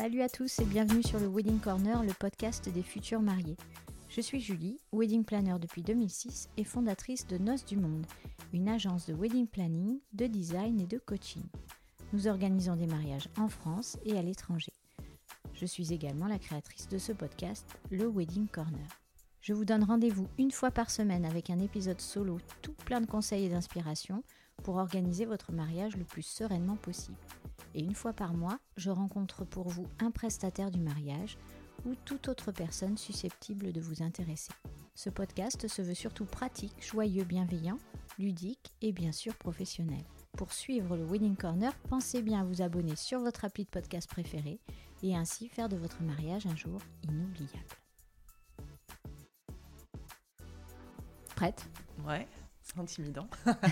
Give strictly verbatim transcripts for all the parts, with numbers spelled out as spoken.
Salut à tous et bienvenue sur le Wedding Corner, le podcast des futurs mariés. Je suis Julie, wedding planner depuis deux mille six et fondatrice de Noces du Monde, une agence de wedding planning, de design et de coaching. Nous organisons des mariages en France et à l'étranger. Je suis également la créatrice de ce podcast, le Wedding Corner. Je vous donne rendez-vous une fois par semaine avec un épisode solo tout plein de conseils et d'inspiration pour organiser votre mariage le plus sereinement possible. Et une fois par mois, je rencontre pour vous un prestataire du mariage ou toute autre personne susceptible de vous intéresser. Ce podcast se veut surtout pratique, joyeux, bienveillant, ludique et bien sûr professionnel. Pour suivre le Wedding Corner, pensez bien à vous abonner sur votre appli de podcast préféré et ainsi faire de votre mariage un jour inoubliable. Prête ? Ouais, c'est intimidant.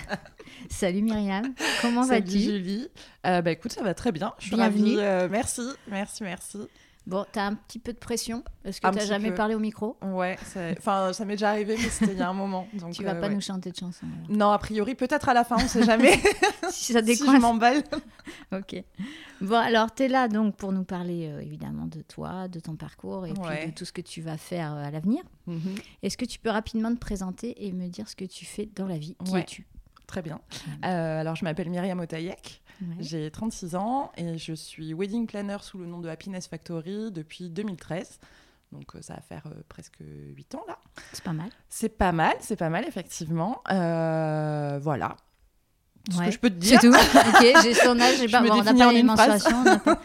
Salut Myriam, comment Salut vas-tu ? Julie. Euh, bah écoute, ça va très bien. Je suis Bienvenue. ravie. Euh, merci, merci, merci. Bon, t'as un petit peu de pression parce que Un t'as petit jamais peu. parlé au micro. Ouais, ça... enfin, ça m'est déjà arrivé, mais c'était il y a un moment. Donc, Tu vas euh, pas ouais. nous chanter de chansons. alors. Non, a priori, peut-être à la fin, on sait jamais. Si ça si décoince. je m'emballe. Ok. Bon, alors, tu es là donc pour nous parler euh, évidemment de toi, de ton parcours et Ouais. puis de tout ce que tu vas faire euh, à l'avenir. Mhm. Est-ce que tu peux rapidement te présenter et me dire ce que tu fais dans la vie ? Qui Ouais. es-tu ? Très bien. Euh, alors, je m'appelle Myriam Otaïek. Ouais. J'ai trente-six ans et je suis wedding planner sous le nom de Happiness Factory depuis deux mille treize. Donc, euh, ça va faire euh, presque huit ans là. C'est pas mal. C'est pas mal, c'est pas mal, effectivement. Euh, voilà. Ce Ouais. que je peux te dire. C'est tout. Ok, j'ai son âge, j'ai Je pas, me bon, on n'a définis pas en les une phrase. menstruations. on n'a pas-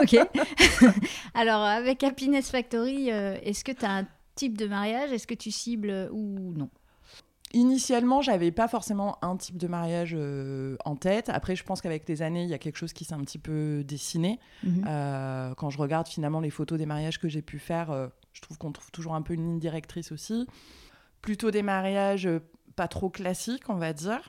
Ok. Alors, avec Happiness Factory, euh, est-ce que tu as un type de mariage ? Est-ce que tu cibles ou non ? Initialement, j'avais pas forcément un type de mariage euh, en tête. Après, je pense qu'avec les années, il y a quelque chose qui s'est un petit peu dessiné. Mhm. Euh, quand je regarde finalement les photos des mariages que j'ai pu faire, euh, je trouve qu'on trouve toujours un peu une ligne directrice aussi. Plutôt des mariages euh, pas trop classiques, on va dire.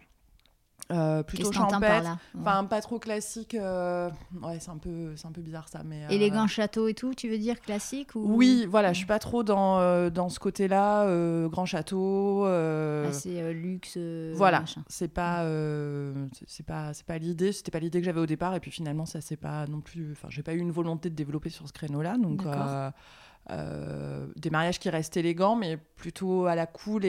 Euh, plutôt Qu'est-ce que t'entends par champêtre. là ? Ouais. Enfin, pas trop classique. euh, Ouais, c'est un peu, c'est un peu bizarre ça, mais. euh, Élégant château et tout, tu veux dire classique ou... Oui, voilà, je suis pas trop dans euh, dans ce côté-là, euh, grand château. euh, Assez euh, luxe. euh, Voilà, machin. c'est pas, euh, c'est- c'est pas, c'est pas l'idée. C'était pas l'idée que j'avais au départ, et puis finalement, ça c'est pas non plus. Enfin, j'ai pas eu une volonté de développer sur ce créneau-là, donc D'accord. euh, euh, des mariages qui restent élégants, mais plutôt à la cool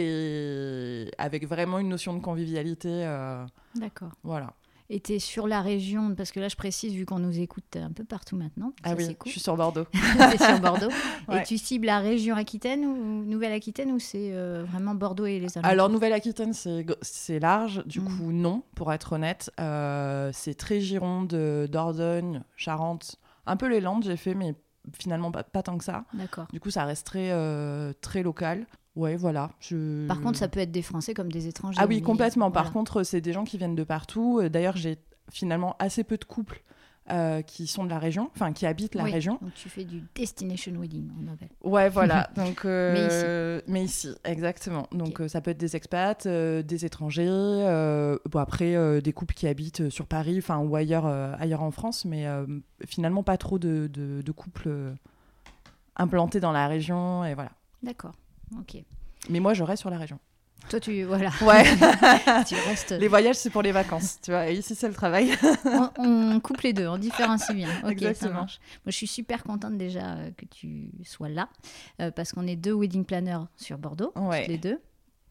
et avec vraiment une notion de convivialité. euh, D'accord. voilà. Et t'es sur la région, parce que là je précise, vu qu'on nous écoute un peu partout maintenant, Ah ça oui, c'est je cool. suis sur Bordeaux. T'es sur Bordeaux. Ouais. Et tu cibles la région Aquitaine ou Nouvelle-Aquitaine ou c'est euh, vraiment Bordeaux et les alentours ? Alors, Nouvelle-Aquitaine, c'est, g- c'est large. Du Mm. coup, non, pour être honnête. Euh, c'est très Gironde, euh, Dordogne, Charente. Un peu les Landes, j'ai fait, mais finalement, pas, pas tant que ça. D'accord. Du coup, ça reste très, euh, très local. Ouais, voilà. Je... Par contre, ça peut être des Français comme des étrangers. Ah oui, mais complètement. Par voilà. contre, c'est des gens qui viennent de partout. Euh, D'ailleurs, j'ai finalement assez peu de couples euh, qui sont de la région, enfin, qui habitent la Oui, région. donc tu fais du destination wedding, on appelle. Ouais, voilà. Donc, euh, mais ici. Mais ici, exactement. Donc, Ok. euh, ça peut être des expats, euh, des étrangers, euh, bon, après, euh, des couples qui habitent sur Paris, enfin, ou ailleurs, euh, ailleurs en France, mais euh, finalement, pas trop de, de, de couples euh, implantés dans la région, et voilà. D'accord. Ok. Mais moi, je reste sur la région. Toi, tu voilà. Ouais. tu restes. Les voyages, c'est pour les vacances, tu vois. Et ici, c'est le travail. on, on coupe les deux, on différencie bien. Ok, ça Exactement. marche. Moi, je suis super contente déjà euh, que tu sois là, euh, parce qu'on est deux wedding planners sur Bordeaux, Ouais. tous les deux,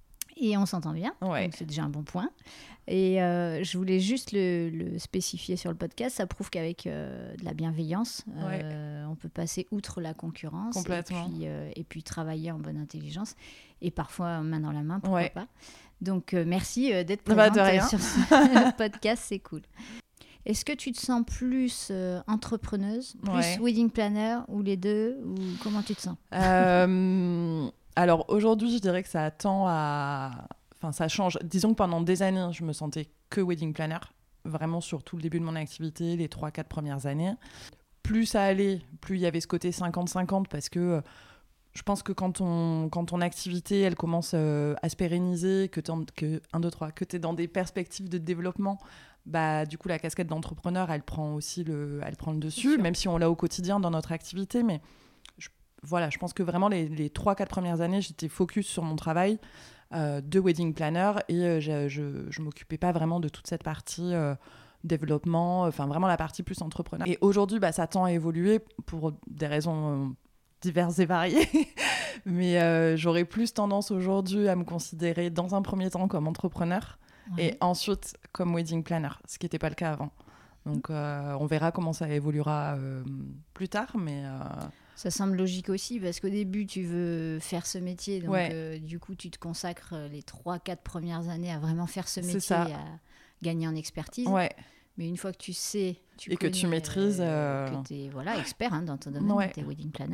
et on s'entend bien, Ouais. donc c'est déjà un bon point. Et euh, je voulais juste le, le spécifier sur le podcast, ça prouve qu'avec euh, de la bienveillance, euh, on peut passer outre la concurrence, Complètement. et puis, euh, et puis travailler en bonne intelligence, et parfois main dans la main, pourquoi Ouais. pas. Donc euh, merci euh, d'être Bah, présente de rien. euh, sur ce podcast, c'est cool. Est-ce que tu te sens plus euh, entrepreneuse, plus Ouais. wedding planner, ou les deux, ou comment tu te sens ? Euh, alors aujourd'hui, je dirais que ça tend à... Enfin, ça change. Disons que pendant des années, je me sentais que wedding planner. Vraiment sur tout le début de mon activité, les trois quatre premières années. Plus ça allait, plus il y avait ce côté cinquante cinquante parce que euh, je pense que quand, on, quand ton activité, elle commence euh, à se pérenniser, que tu que, un, deux, trois, que tu es dans des perspectives de développement, bah, du coup, la casquette d'entrepreneur, elle prend aussi le, elle prend le dessus, même si on l'a au quotidien dans notre activité. Mais je, voilà, je pense que vraiment, les, les trois quatre premières années, j'étais focus sur mon travail euh, de wedding planner et euh, je, je, je m'occupais pas vraiment de toute cette partie euh, développement, enfin vraiment la partie plus entrepreneur. Et aujourd'hui, bah, ça tend à évoluer pour des raisons euh, diverses et variées. Mais euh, j'aurais plus tendance aujourd'hui à me considérer dans un premier temps comme entrepreneur ouais. et ensuite comme wedding planner, ce qui n'était pas le cas avant. Donc euh, on verra comment ça évoluera euh, plus tard, mais... Euh... Ça semble logique aussi, parce qu'au début, tu veux faire ce métier, donc ouais. euh, du coup, tu te consacres les trois quatre premières années à vraiment faire ce métier, à gagner en expertise. Ouais. Mais une fois que tu sais... Tu et que tu maîtrises... Euh, euh... Que tu es voilà, expert hein, dans ton domaine, ouais. tu es wedding planner,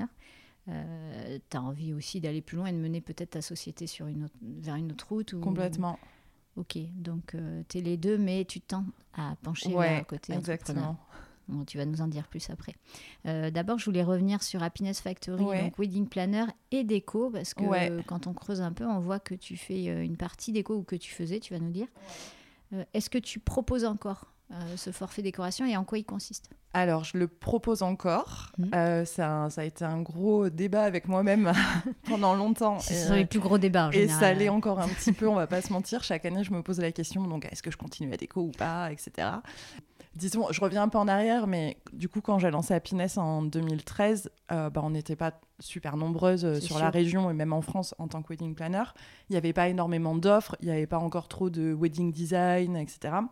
euh, tu as envie aussi d'aller plus loin et de mener peut-être ta société sur une autre, vers une autre route. Ou... Complètement. Ok, donc euh, tu es les deux, mais tu tends à pencher ouais, vers le côté exactement. Bon, tu vas nous en dire plus après. Euh, d'abord, je voulais revenir sur Happiness Factory, ouais. donc wedding planner et déco, parce que ouais. euh, quand on creuse un peu, on voit que tu fais euh, une partie déco ou que tu faisais, tu vas nous dire. Euh, est-ce que tu proposes encore euh, ce forfait décoration et en quoi il consiste ? Alors, je le propose encore. Mmh. Euh, ça, ça a été un gros débat avec moi-même pendant longtemps. Ce sont les plus gros débats en Et général. ça l'est encore un petit peu, on va pas se mentir. Chaque année, je me pose la question, donc est-ce que je continue à déco ou pas, et cetera. Disons, je reviens un peu en arrière, mais du coup, quand j'ai lancé Happiness en deux mille treize, euh, bah, on n'était pas super nombreuses euh, sur sûr. La région et même en France en tant que wedding planner. Il n'y avait pas énormément d'offres, il n'y avait pas encore trop de wedding design, et cetera.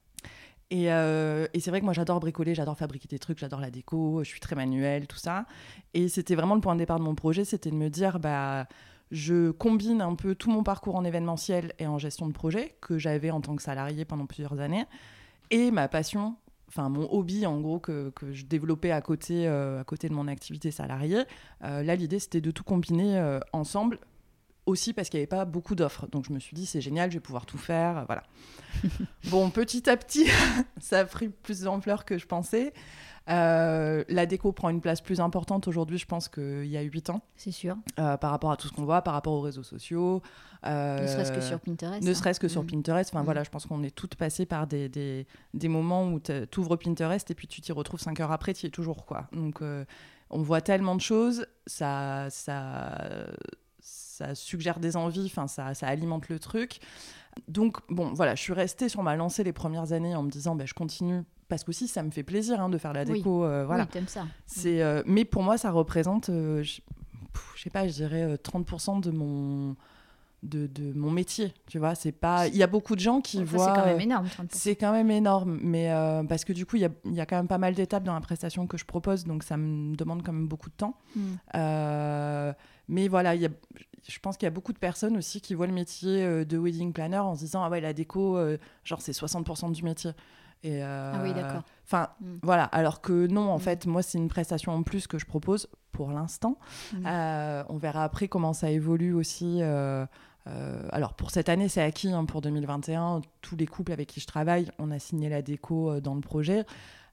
Et, euh, et c'est vrai que moi, j'adore bricoler, j'adore fabriquer des trucs, j'adore la déco, je suis très manuelle, tout ça. Et c'était vraiment le point de départ de mon projet, c'était de me dire... bah, je combine un peu tout mon parcours en événementiel et en gestion de projet que j'avais en tant que salariée pendant plusieurs années. Et ma passion, enfin mon hobby en gros que, que je développais à côté, euh, à côté de mon activité salariée. Euh, là, l'idée, c'était de tout combiner euh, ensemble, aussi parce qu'il n'y avait pas beaucoup d'offres. Donc, je me suis dit, c'est génial, je vais pouvoir tout faire. Euh, voilà. Bon, petit à petit, ça a pris plus d'ampleur que je pensais. Euh, la déco prend une place plus importante aujourd'hui, je pense qu'il y a huit ans. C'est sûr. Euh, par rapport à tout ce qu'on voit, par rapport aux réseaux sociaux. Euh, ne serait-ce que sur Pinterest. Ne hein. serait-ce que sur mmh. Pinterest. Enfin, mmh. voilà, je pense qu'on est toutes passées par des, des, des moments où tu ouvres Pinterest et puis tu t'y retrouves cinq heures après, tu y es toujours, quoi. Donc, euh, on voit tellement de choses, ça, ça, ça suggère des envies, ça, ça alimente le truc. Donc, bon, voilà, je suis restée sur ma lancée les premières années en me disant, bah, je continue. Parce qu'aussi, ça me fait plaisir hein, de faire la déco. Oui, euh, voilà. oui t'aimes ça. C'est, euh, mais pour moi, ça représente, euh, je, je sais pas, je dirais euh, trente pour cent de mon, de, de mon métier. Tu vois, c'est pas... Il y a beaucoup de gens qui enfin, voient... C'est quand même énorme, trente pour cent. C'est quand même énorme, mais euh, parce que du coup, il y a, y a quand même pas mal d'étapes dans la prestation que je propose, donc ça me demande quand même beaucoup de temps. Mm. Euh, mais voilà, y a... je pense qu'il y a beaucoup de personnes aussi qui voient le métier de wedding planner en se disant « Ah ouais, la déco, euh, genre c'est soixante pour cent du métier ». Et euh, ah oui, d'accord. Enfin, mm. voilà. Alors que non, en mm. fait, moi, c'est une prestation en plus que je propose pour l'instant. Mm. Euh, on verra après comment ça évolue aussi. Euh, euh, alors, pour cette année, c'est acquis. Hein, pour deux mille vingt et un, tous les couples avec qui je travaille, on a signé la déco euh, dans le projet.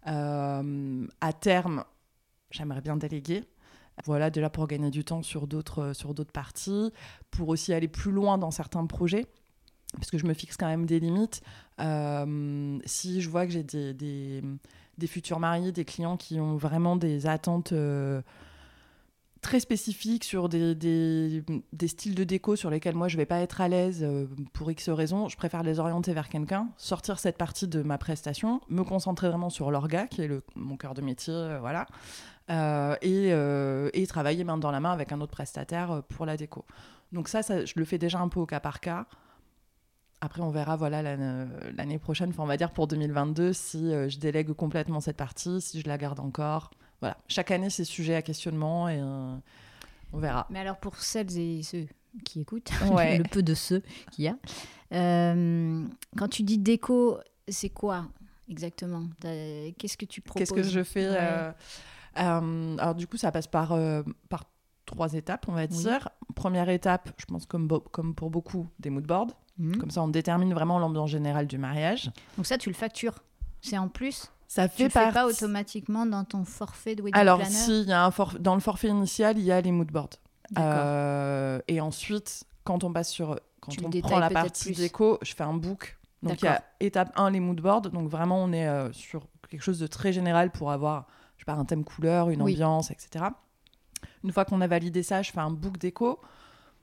Euh, à terme, j'aimerais bien déléguer. Voilà, déjà pour gagner du temps sur d'autres, euh, sur d'autres parties, pour aussi aller plus loin dans certains projets. Parce que je me fixe quand même des limites. Euh, si je vois que j'ai des, des, des futurs mariés, des clients qui ont vraiment des attentes euh, très spécifiques sur des, des, des styles de déco sur lesquels moi je ne vais pas être à l'aise euh, pour X raisons, je préfère les orienter vers quelqu'un, sortir cette partie de ma prestation, me concentrer vraiment sur l'orga, qui est le, mon cœur de métier, euh, voilà, euh, et, euh, et travailler main dans la main avec un autre prestataire pour la déco. Donc ça, ça, je le fais déjà un peu au cas par cas. Après, on verra voilà, l'année, l'année prochaine, enfin, on va dire pour deux mille vingt-deux, si euh, je délègue complètement cette partie, si je la garde encore. Voilà. Chaque année, c'est sujet à questionnement et euh, on verra. Mais alors, pour celles et ceux qui écoutent, ouais. le peu de ceux qu'il y a, euh, quand tu dis déco, c'est quoi exactement ? Qu'est-ce que tu proposes ? Qu'est-ce que je fais ? ouais. euh, euh, Alors, du coup, ça passe par... Euh, par trois étapes, on va dire. Oui. Première étape, je pense comme, bo- comme pour beaucoup, des moodboards. Mmh. Comme ça, on détermine vraiment l'ambiance générale du mariage. Donc ça, tu le factures. C'est en plus. Ça fait tu ne le part... fais pas automatiquement dans ton forfait de wedding Alors, planner. Alors, si, y a un for... dans le forfait initial, il y a les moodboards. Euh, et ensuite, quand on passe sur... Quand tu on prend la partie plus. déco, je fais un book. Donc, il y a étape un, les moodboards. Donc, vraiment, on est euh, sur quelque chose de très général pour avoir, je sais pas, un thème couleur, une oui. ambiance, et cetera. Une fois qu'on a validé ça, je fais un book déco.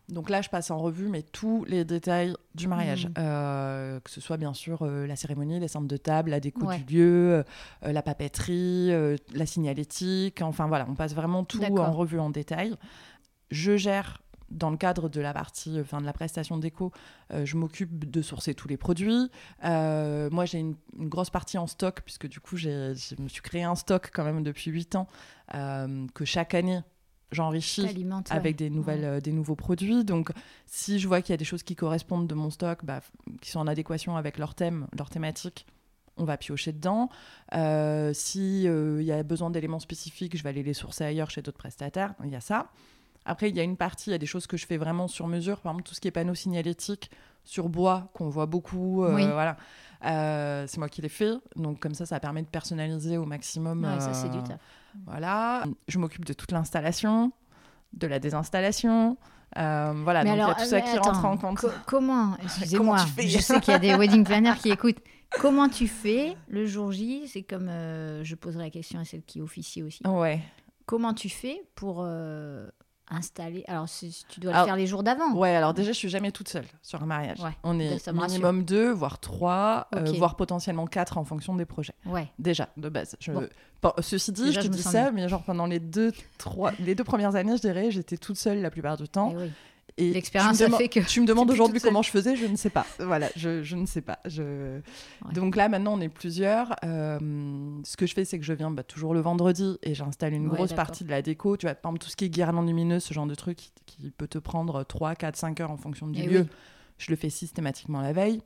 Donc là, je passe en revue mais tous les détails du mariage, mmh. euh, que ce soit bien sûr euh, la cérémonie, les centres de table, la déco ouais. du lieu, euh, la papeterie, euh, la signalétique. Enfin voilà, on passe vraiment tout D'accord. en revue en détail. Je gère dans le cadre de la partie, enfin de la prestation déco, euh, je m'occupe de sourcer tous les produits. Euh, moi, j'ai une, une grosse partie en stock puisque du coup, j'ai, je me suis créé un stock quand même depuis huit ans euh, que chaque année j'enrichis avec ouais. des, nouvelles, ouais. euh, des nouveaux produits. Donc, si je vois qu'il y a des choses qui correspondent de mon stock, bah, qui sont en adéquation avec leur thème, leur thématique, on va piocher dedans. Euh, si euh, y a besoin d'éléments spécifiques, je vais aller les sourcer ailleurs chez d'autres prestataires. Il y a ça. Après, il y a une partie, il y a des choses que je fais vraiment sur mesure. Par exemple, tout ce qui est panneaux signalétiques sur bois, qu'on voit beaucoup. Euh, oui. Voilà. Euh, c'est moi qui les fais. Donc, comme ça, ça permet de personnaliser au maximum. Ouais, euh, ça, c'est du taf. Voilà. Je m'occupe de toute l'installation, de la désinstallation. Euh, voilà, mais donc alors, il y a tout ça attends, qui rentre en compte. Co- comment Excusez-moi, comment je sais qu'il y a des wedding planners qui écoutent. Comment tu fais le jour J? C'est comme, euh, je poserai la question à celle qui officie aussi. Ouais. Comment tu fais pour euh, installer? Alors, tu dois le alors, faire les jours d'avant. Ouais, alors déjà, je suis jamais toute seule sur un mariage. Ouais, on est minimum deux, voire trois, okay. euh, voire potentiellement quatre en fonction des projets. Ouais. Déjà, de base. Je... Bon. Bon, ceci dit, déjà, je te je dis ça, bien. mais genre pendant les deux, trois, les deux premières années, je dirais, j'étais toute seule la plupart du temps. Et oui. Et l'expérience a fait que tu me demandes aujourd'hui comment je faisais, je ne sais pas. Voilà, je, je ne sais pas. Je... Ouais. Donc là, maintenant, on est plusieurs. Euh, ce que je fais, c'est que je viens bah, toujours le vendredi et j'installe une ouais, grosse d'accord. partie de la déco. Tu vois, par exemple, tout ce qui est guirlande lumineuse, ce genre de truc qui, qui peut te prendre trois, quatre, cinq heures en fonction du et lieu. Oui. Je le fais systématiquement la veille.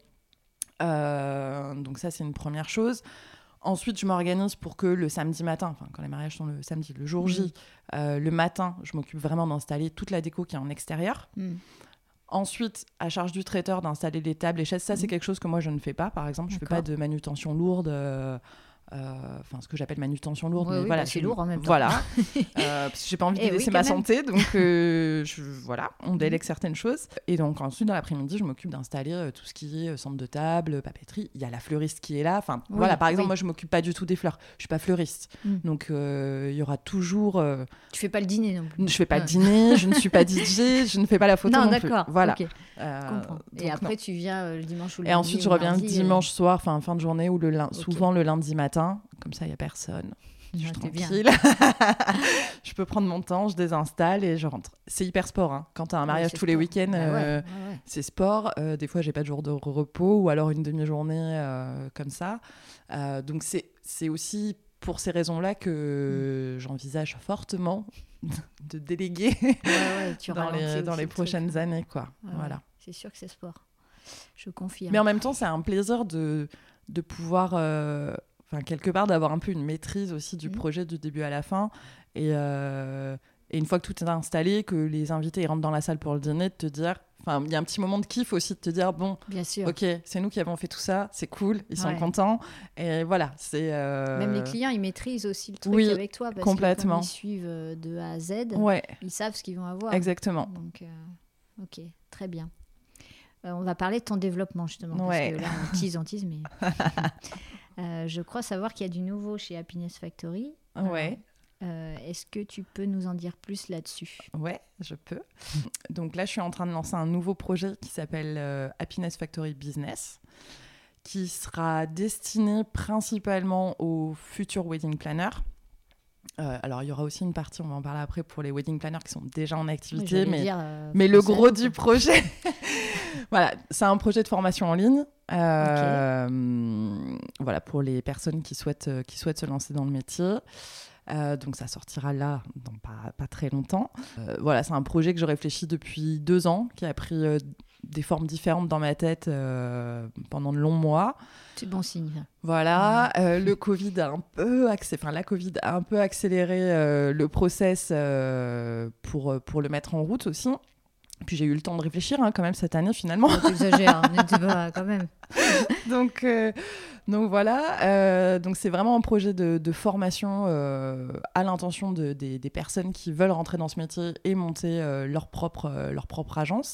Euh, donc ça, c'est une première chose. Ensuite, je m'organise pour que le samedi matin, enfin quand les mariages sont le samedi, le jour J, mmh. euh, le matin, je m'occupe vraiment d'installer toute la déco qui est en extérieur. Mmh. Ensuite, à charge du traiteur d'installer les tables, les chaises. Ça, mmh. c'est quelque chose que moi, je ne fais pas. Par exemple, je ne fais pas de manutention lourde. Euh, enfin, euh, ce que j'appelle manutention lourde. Oui, mais oui, voilà, bah, c'est lourd en même temps. Voilà. euh, parce que j'ai pas envie de laisser oui, ma santé. Donc, euh, je, voilà, on délègue mmh. certaines choses. Et donc, ensuite, dans l'après-midi, je m'occupe d'installer euh, tout ce qui est euh, centre de table, papeterie. Il y a la fleuriste qui est là. Enfin, oui, voilà, par exemple, oui. moi, je m'occupe pas du tout des fleurs. Je suis pas fleuriste. Mmh. Donc, il euh, y aura toujours... Euh... Tu fais pas le dîner non plus. Je fais pas ouais. le dîner, je ne suis pas D J, je ne fais pas la photo non, non d'accord. plus. Voilà. Okay. Euh, et après, non. tu viens euh, le dimanche ou le Et lundi. ensuite, je reviens lundi, le dimanche euh... soir, enfin, fin de journée, ou le lin... okay. souvent le lundi matin. Comme ça, il n'y a personne. Je suis ouais, tranquille. Je peux prendre mon temps, je désinstalle et je rentre. C'est hyper sport. Hein. Quand tu as un mariage ouais, tous sport. les week-ends, bah ouais, euh, ouais, ouais. c'est sport. Euh, des fois, j'ai pas de jour de repos ou alors une demi-journée euh, comme ça. Euh, donc, c'est, c'est aussi pour ces raisons-là que mm. j'envisage fortement de déléguer ouais, ouais, tu dans les, dans les prochaines truc. années. Quoi. Ouais, voilà. ouais. C'est sûr que c'est sport. Je confirme. Mais en même temps, c'est un plaisir de, de pouvoir... Euh, Enfin, quelque part, d'avoir un peu une maîtrise aussi du mmh. projet du début à la fin. Et, euh, et une fois que tout est installé, que les invités ils rentrent dans la salle pour le dîner, de te dire... Enfin, il y a un petit moment de kiff aussi de te dire, bon, bien sûr. ok, c'est nous qui avons fait tout ça, c'est cool, ils ouais. sont contents. Et voilà, c'est... Euh... Même les clients, ils maîtrisent aussi le truc oui, avec toi. Parce complètement. que comme ils suivent de A à Z, ouais. ils savent ce qu'ils vont avoir. Exactement. Donc, euh, ok, très bien. Euh, on va parler de ton développement, justement. Ouais. Parce que là, on tease, on tease, mais... Euh, je crois savoir qu'il y a du nouveau chez Happiness Factory. Ouais. Euh, est-ce que tu peux nous en dire plus là-dessus ? Ouais, je peux. Donc là, je suis en train de lancer un nouveau projet qui s'appelle euh, Happiness Factory Business, qui sera destiné principalement aux futurs wedding planners. Euh, alors, il y aura aussi une partie, on va en parler après, pour les wedding planners qui sont déjà en activité, oui, mais, dire, euh, mais le gros du projet, voilà, c'est un projet de formation en ligne. Euh, okay. Voilà, pour les personnes qui souhaitent, euh, qui souhaitent se lancer dans le métier. Euh, donc, ça sortira là dans pas, pas très longtemps. Euh, voilà, c'est un projet que je réfléchis depuis deux ans, qui a pris euh, des formes différentes dans ma tête euh, pendant de longs mois. C'est bon signe. Voilà, euh, le Covid a un peu accé- enfin, la Covid a un peu accéléré euh, le process euh, pour, pour le mettre en route aussi. Puis j'ai eu le temps de réfléchir hein, quand même cette année finalement. Oh, t'exagères, on était pas quand même. donc, euh, donc voilà, euh, donc c'est vraiment un projet de, de formation euh, à l'intention de, des, des personnes qui veulent rentrer dans ce métier et monter euh, leur, propre, euh, leur propre agence.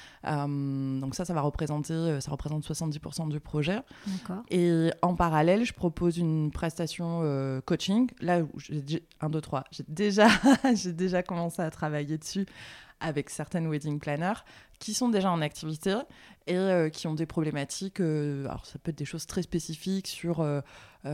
Euh, donc ça, ça va représenter, ça représente soixante-dix pour cent du projet. D'accord. Et en parallèle, je propose une prestation euh, coaching. Là, où j'ai un, deux, trois, j'ai déjà, j'ai déjà commencé à travailler dessus avec certaines wedding planners qui sont déjà en activité et euh, qui ont des problématiques. Euh, alors, ça peut être des choses très spécifiques sur euh,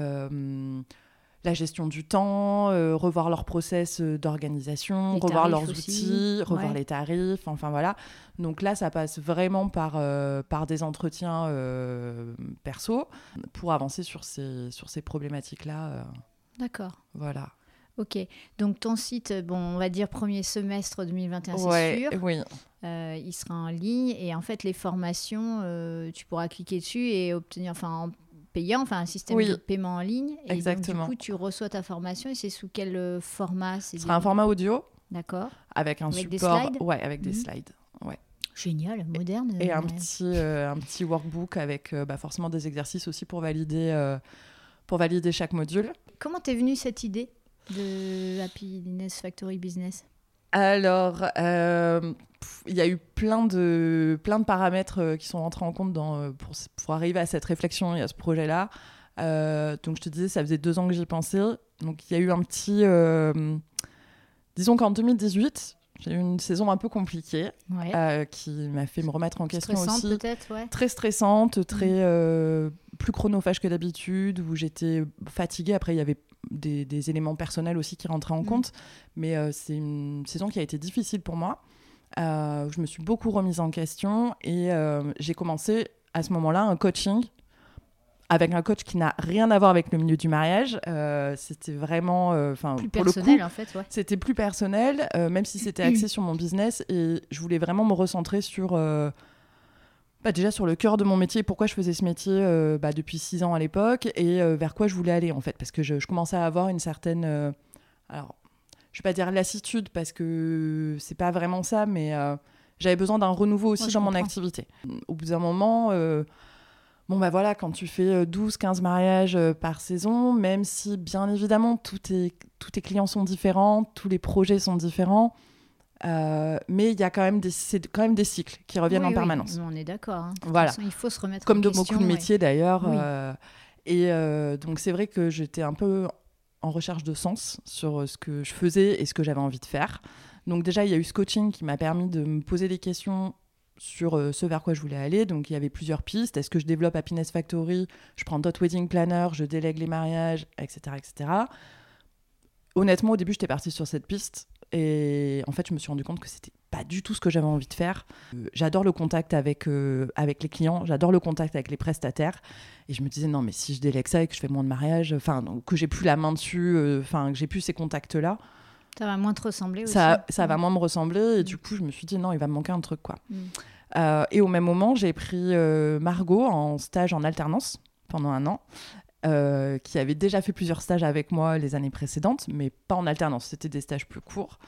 euh, la gestion du temps, euh, revoir leur process d'organisation, les revoir leurs aussi. outils, revoir ouais. les tarifs, enfin voilà. Donc là, ça passe vraiment par, euh, par des entretiens euh, perso pour avancer sur ces, sur ces problématiques-là. Euh, D'accord. voilà. Ok, donc ton site, bon, on va dire premier semestre deux mille vingt et un, Ouais, c'est sûr. oui. Euh, il sera en ligne et en fait, les formations, euh, tu pourras cliquer dessus et obtenir, enfin, en payant, enfin, un système Oui. de paiement en ligne. Et Exactement. donc, du coup, tu reçois ta formation et c'est sous quel euh, format c'est Ce sera un format audio. D'accord. Avec un avec support. Des slides ouais, avec des mmh. slides. Ouais. Génial, moderne. Et un euh... petit, euh, un petit workbook avec euh, bah, forcément des exercices aussi pour valider, euh, pour valider chaque module. Comment t'es venue cette idée de Happiness Factory Business? Alors, il euh, y a eu plein de, plein de paramètres euh, qui sont rentrés en compte dans, euh, pour, pour arriver à cette réflexion et à ce projet-là. Euh, donc, je te disais, ça faisait deux ans que j'y pensais. Donc, il y a eu un petit... Euh, disons qu'en deux mille dix-huit, j'ai eu une saison un peu compliquée ouais. euh, qui m'a fait me remettre en question stressante, aussi. peut-être, ouais. Très stressante, très mmh. euh, plus chronophage que d'habitude, où j'étais fatiguée. Après, il y avait des, des éléments personnels aussi qui rentraient en mmh. compte. Mais euh, c'est une saison qui a été difficile pour moi. Euh, je me suis beaucoup remise en question et euh, j'ai commencé à ce moment-là un coaching avec un coach qui n'a rien à voir avec le milieu du mariage. Euh, c'était vraiment... Enfin, plus pour personnel, le coup, en fait, ouais. C'était plus personnel, euh, même si c'était axé sur mon business. Et je voulais vraiment me recentrer sur... Euh, bah déjà sur le cœur de mon métier, pourquoi je faisais ce métier euh, bah, depuis six ans à l'époque et euh, vers quoi je voulais aller, en fait. Parce que je, je commençais à avoir une certaine... Euh, alors, je ne vais pas dire lassitude, parce que c'est pas vraiment ça, mais euh, j'avais besoin d'un renouveau aussi ouais, dans comprends. mon activité. Au bout d'un moment... Euh, Bon, bah voilà, quand tu fais douze quinze mariages par saison, même si, bien évidemment, tous tes, tous tes clients sont différents, tous les projets sont différents, euh, mais il y a quand même des, c'est quand même des cycles qui reviennent oui, en permanence. Oui, on est d'accord. Hein. De voilà. toute façon, il faut se remettre Comme en de question. Comme de beaucoup de métiers, ouais. d'ailleurs. Oui. Euh, et euh, donc, c'est vrai que j'étais un peu en recherche de sens sur ce que je faisais et ce que j'avais envie de faire. Donc, déjà, il y a eu ce coaching qui m'a permis de me poser des questions sur euh, ce vers quoi je voulais aller. Donc, il y avait plusieurs pistes. Est-ce que je développe Happiness Factory ? Je prends d'autres wedding planners, je délègue les mariages, et cetera, et cetera. Honnêtement, au début, j'étais partie sur cette piste. Et en fait, je me suis rendu compte que c'était pas du tout ce que j'avais envie de faire. Euh, j'adore le contact avec, euh, avec les clients. J'adore le contact avec les prestataires. Et je me disais, non, mais si je délègue ça et que je fais moins de mariages, enfin, que j'ai plus la main dessus, enfin, euh, que j'ai plus ces contacts-là, ça va moins te ressembler aussi. Ça, ça mmh. va moins me ressembler. Et mmh. du coup, je me suis dit, non, il va me manquer un truc, quoi. Mmh. Euh, et au même moment, j'ai pris euh, Margot en stage en alternance pendant un an, euh, qui avait déjà fait plusieurs stages avec moi les années précédentes, mais pas en alternance. C'était des stages plus courts.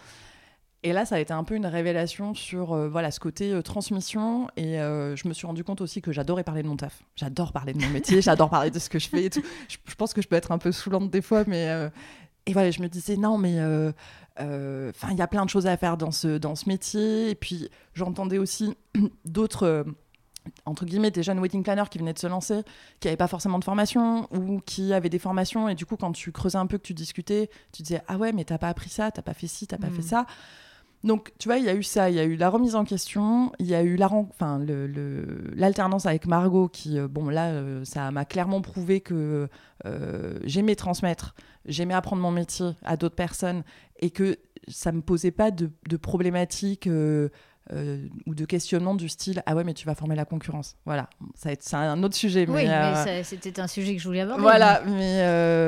Et là, ça a été un peu une révélation sur euh, voilà, ce côté euh, transmission. Et euh, je me suis rendu compte aussi que j'adorais parler de mon taf. J'adore parler de mon métier, j'adore parler de ce que je fais et tout. Je, je pense que je peux être un peu saoulante des fois, mais... Euh, Et voilà, je me disais, non, mais il euh, euh, y a plein de choses à faire dans ce, dans ce métier. Et puis, j'entendais aussi d'autres, euh, entre guillemets, des jeunes wedding planners qui venaient de se lancer, qui n'avaient pas forcément de formation ou qui avaient des formations. Et du coup, quand tu creusais un peu, que tu discutais, tu disais, ah ouais, mais t'as pas appris ça, t'as pas fait ci, t'as pas mmh. fait ça. Donc, tu vois, il y a eu ça, il y a eu la remise en question, il y a eu la, enfin, le, le, l'alternance avec Margot qui, euh, bon, là, euh, ça m'a clairement prouvé que euh, j'aimais transmettre, j'aimais apprendre mon métier à d'autres personnes et que ça ne me posait pas de, de problématiques euh, euh, ou de questionnements du style « Ah ouais, mais tu vas former la concurrence ». Voilà, ça va être, c'est un autre sujet. Oui, mais, euh, mais ça, c'était un sujet que je voulais aborder. Voilà, mais, mais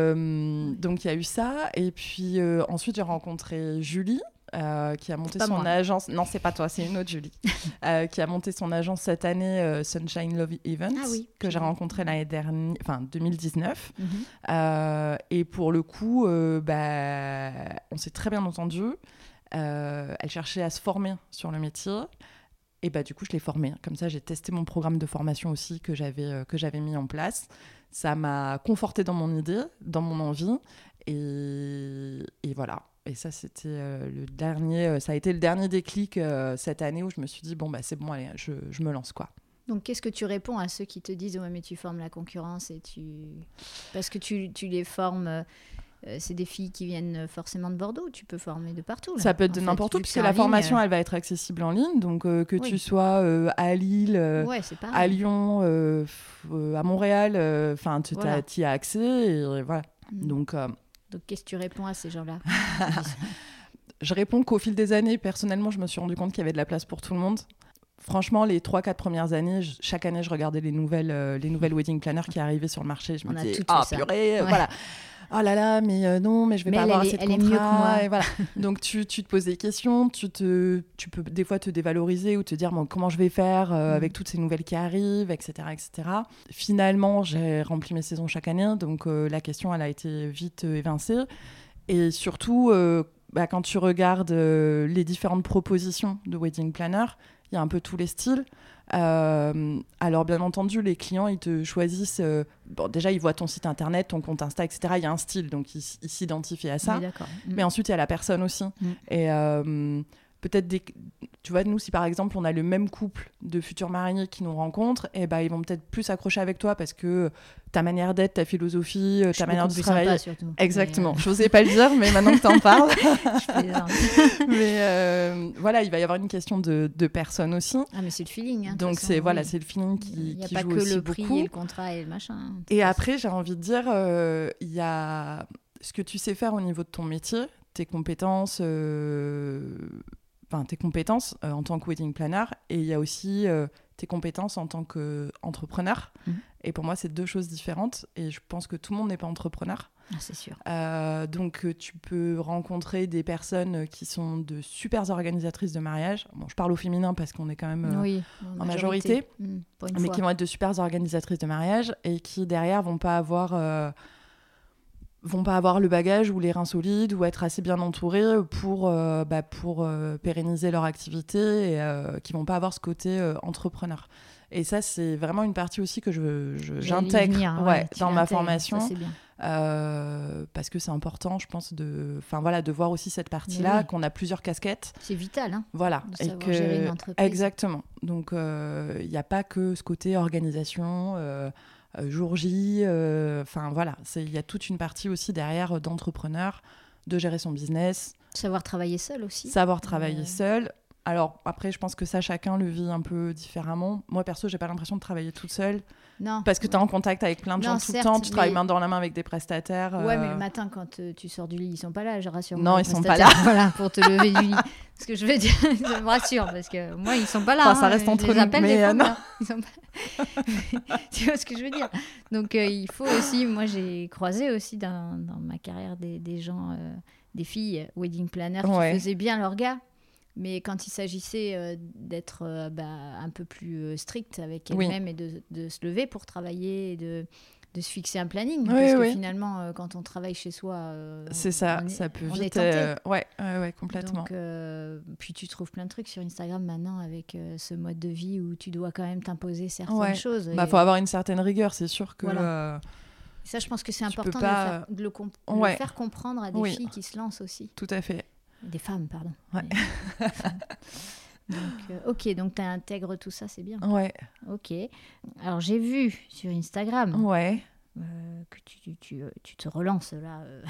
euh, donc il y a eu ça. Et puis euh, ensuite, j'ai rencontré Julie. Euh, qui a monté son moi. agence. Non, c'est pas toi, c'est une autre Julie. euh, qui a monté son agence cette année, euh, Sunshine Love Events, ah, oui. que j'ai rencontré l'année dernière, enfin deux mille dix-neuf. Mm-hmm. Euh, et pour le coup, euh, bah, on s'est très bien entendu. Euh, elle cherchait à se former sur le métier. Et bah, du coup, je l'ai formée. Comme ça, j'ai testé mon programme de formation aussi que j'avais, euh, que j'avais mis en place. Ça m'a confortée dans mon idée, dans mon envie. Et, et voilà. Et ça, c'était euh, le dernier, euh, ça a été le dernier déclic euh, cette année où je me suis dit, bon, bah, c'est bon, allez, je, je me lance, quoi. Donc, qu'est-ce que tu réponds à ceux qui te disent, ouais, mais tu formes la concurrence et tu... Parce que tu, tu les formes... euh, c'est des filles qui viennent forcément de Bordeaux. Tu peux former de partout. Là, ça peut être de fait, n'importe où, puisque la ligne, formation, euh... elle va être accessible en ligne. Donc, euh, que oui. tu sois euh, à Lille, euh, ouais, à Lyon, euh, f- à Montréal, enfin, euh, tu voilà. y as accès. Et voilà. Mmh. Donc, euh... donc, qu'est-ce que tu réponds à ces gens-là? Je réponds qu'au fil des années, personnellement, je me suis rendu compte qu'il y avait de la place pour tout le monde. Franchement, les trois quatre premières années, je, chaque année, je regardais les nouvelles, euh, les nouvelles wedding planners qui arrivaient sur le marché. Je me On disais, ah, oh, purée, ouais. voilà. Oh là là, mais euh, non, mais je vais mais pas avoir assez est, de elle contrats. Est mieux que moi. Et voilà. Donc, tu, tu te poses des questions, tu, te, tu peux des fois te dévaloriser ou te dire bon, comment je vais faire euh, mmh. avec toutes ces nouvelles qui arrivent, et cetera, et cetera. Finalement, j'ai rempli mes saisons chaque année, donc euh, la question, elle a été vite euh, évincée. Et surtout... Euh, Bah, quand tu regardes euh, les différentes propositions de wedding planner, il y a un peu tous les styles. Euh, alors, bien entendu, les clients, ils te choisissent... Euh, bon, déjà, ils voient ton site internet, ton compte Insta, et cetera. Il y a un style, donc ils, ils s'identifient à ça. Oui, d'accord. Mais mmh. ensuite, il y a la personne aussi. Mmh. Et euh, peut-être, des, tu vois, nous, si par exemple, on a le même couple de futurs mariés qui nous rencontrent, eh ben, ils vont peut-être plus s'accrocher avec toi parce que ta manière d'être, ta philosophie, ta manière de travailler. Surtout. Exactement. Mais euh... Je n'osais pas le dire, mais maintenant que tu en parles. mais euh, voilà, il va y avoir une question de, de personne aussi. Ah, mais c'est le feeling. Hein, Donc, façon, c'est, oui. voilà, c'est le feeling qui, qui joue aussi beaucoup. Il n'y a pas que le beaucoup. prix et le contrat et le machin. Hein, et après, j'ai envie de dire, il euh, y a ce que tu sais faire au niveau de ton métier, tes compétences... Euh... Enfin, tes compétences euh, en tant que wedding planner et il y a aussi euh, tes compétences en tant qu'entrepreneur. Mmh. Et pour moi, c'est deux choses différentes et je pense que tout le monde n'est pas entrepreneur. Ah, c'est sûr. Euh, donc, tu peux rencontrer des personnes qui sont de super organisatrices de mariage. Bon, je parle au féminin parce qu'on est quand même euh, oui, en majorité, majorité mmh, mais fois. qui vont être de super organisatrices de mariage et qui, derrière, vont pas avoir... Euh, vont pas avoir le bagage ou les reins solides ou être assez bien entourés pour, euh, bah, pour euh, pérenniser leur activité et euh, qui vont pas avoir ce côté euh, entrepreneur. Et ça, c'est vraiment une partie aussi que je, je, j'intègre venir, ouais, ouais, dans ma formation. Ça, c'est bien. Euh, parce que c'est important, je pense, de, voilà, de voir aussi cette partie-là, oui. qu'on a plusieurs casquettes. C'est vital, hein, voilà. de savoir et que... gérer une entreprise. Exactement. Donc, il euh, n'y a pas que ce côté organisation... Euh, Euh, jour J, enfin euh, voilà, il y a toute une partie aussi derrière euh, d'entrepreneur, de gérer son business. Savoir travailler seul aussi. Savoir travailler euh... seul. Alors après, je pense que ça, chacun le vit un peu différemment. Moi, perso, j'ai pas l'impression de travailler toute seule. Non. Parce que tu es en contact avec plein de non, gens tout certes, le temps, tu mais... travailles main dans la main avec des prestataires. Ouais, euh... mais le matin, quand euh, tu sors du lit, ils sont pas là, je rassure. Non, ils sont pas là. Voilà, pour te lever du lit. Ce que je veux dire, ça me rassure, parce que moi, ils sont pas là. Enfin, ça hein, reste entre nous. Mais euh, non. Ils sont pas... tu vois ce que je veux dire. Donc, euh, il faut aussi... Moi, j'ai croisé aussi dans, dans ma carrière des, des gens, euh, des filles wedding planners ouais. qui faisaient bien leur gars. Mais quand il s'agissait euh, d'être euh, bah, un peu plus euh, stricte avec elle-même oui. et de, de se lever pour travailler et de, de se fixer un planning. Oui, parce oui. que finalement, euh, quand on travaille chez soi, euh, c'est ça, on est, ça peut on vite... est tenté. Euh, ouais, ouais, ouais, complètement. Donc, euh, puis tu trouves plein de trucs sur Instagram maintenant avec euh, ce mode de vie où tu dois quand même t'imposer certaines ouais. choses. Il bah, faut avoir une certaine rigueur, c'est sûr que... Voilà. Euh... Ça, je pense que c'est important pas... de, le faire, de, le comp- ouais. de le faire comprendre à des oui. filles qui se lancent aussi. Tout à fait. Des femmes, pardon. Ouais. Des femmes. Donc, euh, ok, donc tu intègres tout ça, c'est bien. Ouais. Ok. Alors, j'ai vu sur Instagram ouais. euh, que tu, tu, tu, tu te relances là. Euh,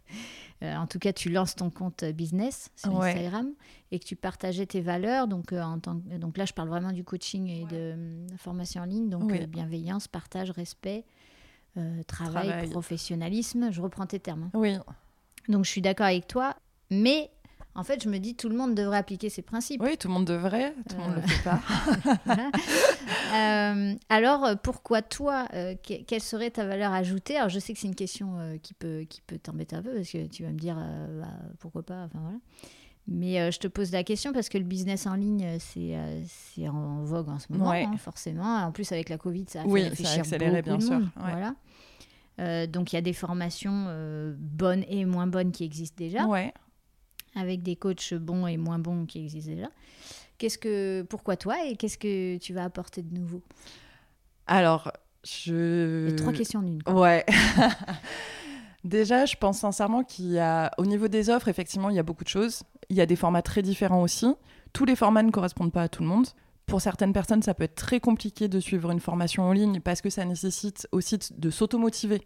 euh, en tout cas, tu lances ton compte business sur ouais. Instagram et que tu partageais tes valeurs. Donc, euh, en tant que, donc là, je parle vraiment du coaching et de euh, formation en ligne. Donc, oui. euh, bienveillance, partage, respect, euh, travail, travail, professionnalisme. Je reprends tes termes. Hein. Oui. Donc, je suis d'accord avec toi, mais... En fait, je me dis, tout le monde devrait appliquer ces principes. Oui, tout le monde devrait, tout le euh... monde ne le fait pas. voilà. euh, alors, pourquoi toi, euh, que, quelle serait ta valeur ajoutée ? Alors, je sais que c'est une question euh, qui peut, qui peut t'embêter un peu, parce que tu vas me dire, euh, bah, pourquoi pas, enfin voilà. Mais euh, je te pose la question parce que le business en ligne, c'est, euh, c'est en, en vogue en ce moment, ouais. hein, forcément. En plus, avec la Covid, ça a fait oui, réfléchir ça a accéléré, beaucoup bien de sûr. monde. Ouais. Voilà. Euh, donc, il y a des formations euh, bonnes et moins bonnes qui existent déjà. Ouais. Avec des coachs bons et moins bons qui existent déjà. Qu'est-ce que, pourquoi toi et qu'est-ce que tu vas apporter de nouveau ? Alors, je... Il y a trois questions en une. Quoi. Ouais. Déjà, je pense sincèrement qu'il y a, au niveau des offres, effectivement, il y a beaucoup de choses. Il y a des formats très différents aussi. Tous les formats ne correspondent pas à tout le monde. pour certaines personnes, ça peut être très compliqué de suivre une formation en ligne parce que ça nécessite aussi de s'automotiver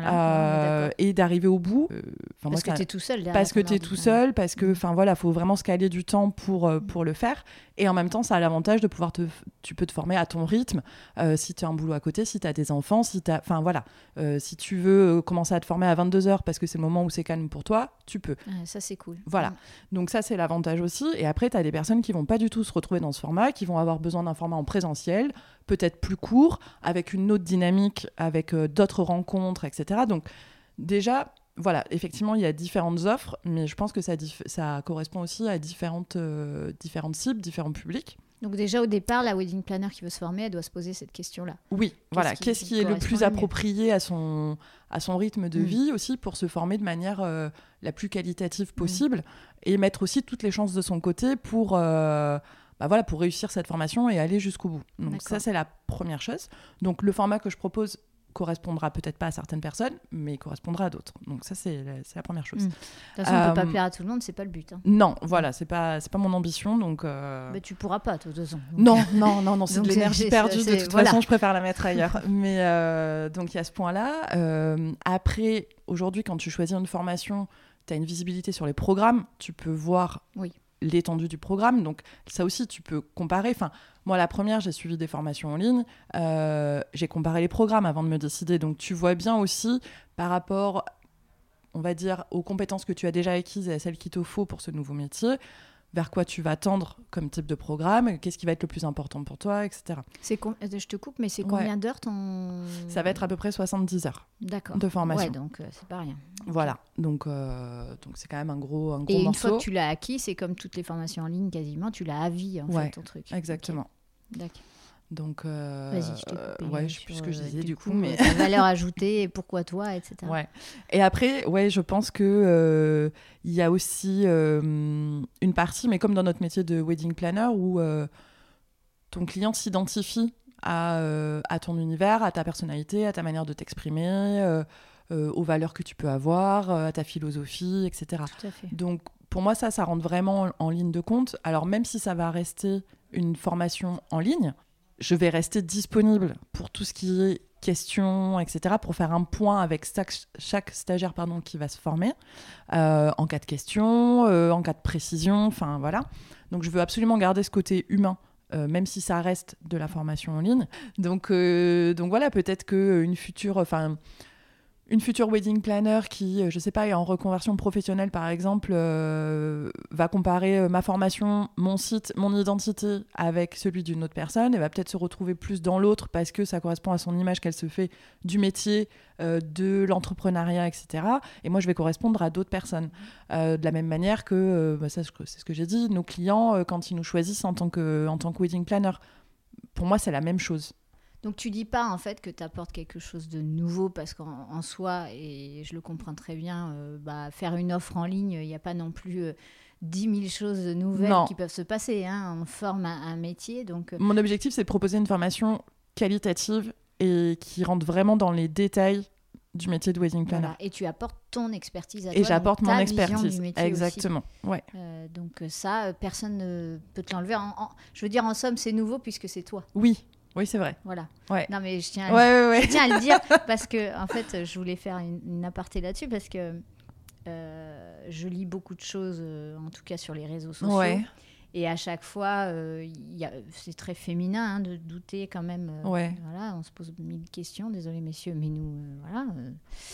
voilà, euh, et d'arriver au bout. Euh, parce, moi, que t'es tout seul parce que tu es tout seul, parce que mmh. voilà, faut vraiment se caler du temps pour, euh, pour le faire. Et en même temps, ça a l'avantage de pouvoir te... Tu peux te former à ton rythme, euh, si tu as un boulot à côté, si tu as des enfants, si tu Enfin, voilà. Euh, si tu veux commencer à te former à vingt-deux heures parce que c'est le moment où c'est calme pour toi, tu peux. Ah, ça, c'est cool. Voilà. Mmh. Donc ça, c'est l'avantage aussi. Et après, tu as des personnes qui vont pas du tout se retrouver dans ce format, qui vont avoir besoin d'un format en présentiel, peut-être plus court, avec une autre dynamique, avec euh, d'autres rencontres, et cetera. Donc déjà, voilà, effectivement, il y a différentes offres, mais je pense que ça, dif- ça correspond aussi à différentes, euh, différentes cibles, différents publics. Donc déjà, au départ, la wedding planner qui veut se former, elle doit se poser cette question-là. Oui, Qu'est-ce voilà. qui Qu'est-ce qui est le plus le approprié à son, à son rythme de Mm. vie aussi pour se former de manière euh, la plus qualitative possible mm. et mettre aussi toutes les chances de son côté pour, euh, bah voilà, pour réussir cette formation et aller jusqu'au bout. Donc D'accord. ça, c'est la première chose. Donc le format que je propose correspondra peut-être pas à certaines personnes, mais correspondra à d'autres. Donc ça, c'est la, c'est la première chose. Mmh. De toute façon, on ne euh, peut pas plaire à tout le monde, c'est pas le but. Hein. Non, voilà, c'est pas, c'est pas mon ambition. Donc, euh... bah, tu pourras pas, de toute façon. Donc... Non, non, non, non, c'est donc de l'énergie c'est, perdue. c'est, de toute voilà. façon, je préfère la mettre ailleurs. mais euh, donc, il y a ce point-là. Euh, après, aujourd'hui, quand tu choisis une formation, tu as une visibilité sur les programmes. Tu peux voir... Oui. l'étendue du programme, donc ça aussi tu peux comparer. Enfin, moi la première, j'ai suivi des formations en ligne, euh, j'ai comparé les programmes avant de me décider, donc tu vois bien aussi par rapport, on va dire, aux compétences que tu as déjà acquises et à celles qu'il te faut pour ce nouveau métier, vers quoi tu vas tendre comme type de programme, qu'est-ce qui va être le plus important pour toi, et cetera. C'est com- je te coupe, mais c'est combien ouais. d'heures ton... Ça va être à peu près soixante-dix heures D'accord. de formation. Ouais, donc euh, c'est pas rien. Voilà, okay. donc, euh, donc c'est quand même un gros, un gros et morceau. Et une fois que tu l'as acquis, c'est comme toutes les formations en ligne quasiment, tu l'as à vie en ouais, fait ton truc. Exactement. Okay. D'accord. Donc, euh, vas-y, je t'ai coupé. Ouais, je sais plus ce que je disais du coup, coup mais ta valeur ajoutée, et pourquoi toi, et cetera. Ouais. Et après, ouais, je pense que euh, il y a aussi euh, une partie, mais comme dans notre métier de wedding planner, où euh, ton client s'identifie à, euh, à ton univers, à ta personnalité, à ta manière de t'exprimer, euh, euh, aux valeurs que tu peux avoir, euh, à ta philosophie, et cetera. Tout à fait. Donc, pour moi, ça, ça rentre vraiment en, en ligne de compte. Alors, même si ça va rester une formation en ligne, je vais rester disponible pour tout ce qui est questions, et cetera, pour faire un point avec chaque, chaque stagiaire pardon, qui va se former, euh, en cas de questions, euh, en cas de précision, enfin voilà. Donc, je veux absolument garder ce côté humain, euh, même si ça reste de la formation en ligne. Donc, euh, donc voilà, peut-être qu'une future... Enfin, une future wedding planner qui, je sais pas, est en reconversion professionnelle, par exemple, euh, va comparer euh, ma formation, mon site, mon identité avec celui d'une autre personne et va peut-être se retrouver plus dans l'autre parce que ça correspond à son image qu'elle se fait du métier, euh, de l'entrepreneuriat, et cetera. Et moi, je vais correspondre à d'autres personnes. Euh, de la même manière que, euh, bah ça, c'est ce que j'ai dit, nos clients, euh, quand ils nous choisissent en tant que, en tant que wedding planner, pour moi, c'est la même chose. Donc tu dis pas en fait que tu apportes quelque chose de nouveau parce qu'en en soi, et je le comprends très bien, euh, bah, faire une offre en ligne, il n'y a pas non plus euh, dix mille choses nouvelles non. qui peuvent se passer. Hein. On forme un, un métier. Donc... Mon objectif, c'est de proposer une formation qualitative et qui rentre vraiment dans les détails du métier de wedding planner. Voilà. Et tu apportes ton expertise à et toi. Et j'apporte mon expertise. Du métier Exactement. Aussi. Ouais. Euh, donc ça, personne ne peut te l'enlever. En, en, je veux dire, en somme, c'est nouveau puisque c'est toi. Oui. Oui, c'est vrai. Voilà. Ouais. Non, mais je tiens, à, ouais, ouais, ouais. je tiens à le dire parce que, en fait, je voulais faire une, une aparté là-dessus parce que euh, je lis beaucoup de choses, euh, en tout cas sur les réseaux sociaux. Ouais. Et à chaque fois, euh, y a, c'est très féminin hein, de douter quand même. Euh, ouais. Voilà, on se pose mille questions. Désolé, messieurs, mais nous, euh, voilà. Euh,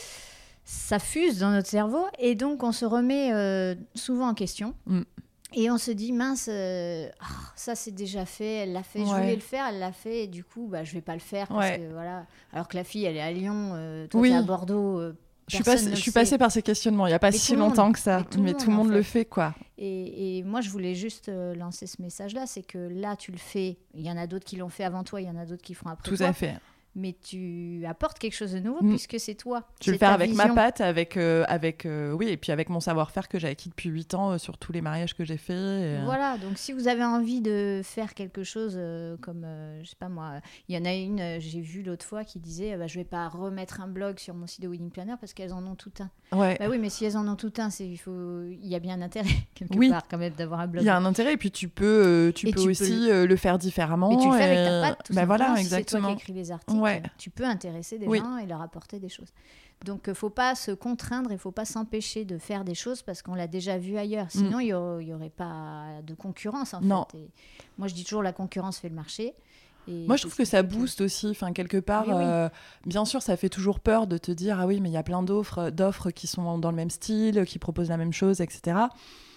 ça fuse dans notre cerveau et donc on se remet euh, souvent en question. Mm. Et on se dit, mince, euh, oh, ça c'est déjà fait, elle l'a fait, ouais. je voulais le faire, elle l'a fait, et du coup, bah, je ne vais pas le faire. Parce ouais. que, voilà. Alors que la fille, elle est à Lyon, euh, toi, oui. tu es à Bordeaux. Euh, je suis, passe, je suis passée par ces questionnements, il n'y a pas mais si longtemps monde, que ça, mais tout, mais le tout le monde, monde le fait. quoi. Et, et moi, je voulais juste euh, lancer ce message-là, c'est que là, tu le fais, il y en a d'autres qui l'ont fait avant toi, il y en a d'autres qui feront après tout toi. Tout à fait. mais tu apportes quelque chose de nouveau mmh. puisque c'est toi. Tu le fais avec vision. ma patte, avec, euh, avec euh, oui, et puis avec mon savoir-faire que j'ai acquis depuis huit ans euh, sur tous les mariages que j'ai faits. Et, euh... Voilà, donc si vous avez envie de faire quelque chose euh, comme, euh, je sais pas moi, il y en a une, euh, j'ai vu l'autre fois qui disait, bah, je vais pas remettre un blog sur mon site de wedding planner parce qu'elles en ont tout un. Ouais. Bah oui, mais si elles en ont tout un, c'est, il faut, il y a bien un intérêt quelque oui. part quand même d'avoir un blog. Il y a un intérêt, et puis tu peux, euh, tu peux tu aussi peux... le faire différemment. Mais tu le fais et... avec ta patte, tout bah simplement. Voilà, si exactement. c'est toi qui écris les articles, ouais. tu peux intéresser des oui. gens et leur apporter des choses. Donc, il ne faut pas se contraindre, il ne faut pas s'empêcher de faire des choses parce qu'on l'a déjà vu ailleurs. Sinon, il mm. n'y aurait pas de concurrence, en non. fait. Et moi, je dis toujours, la concurrence fait le marché. Et moi, je trouve que ça booste que... aussi, enfin, quelque part. Oui, oui. Euh, bien sûr, ça fait toujours peur de te dire, ah oui, mais il y a plein d'offres, d'offres qui sont dans le même style, qui proposent la même chose, et cetera.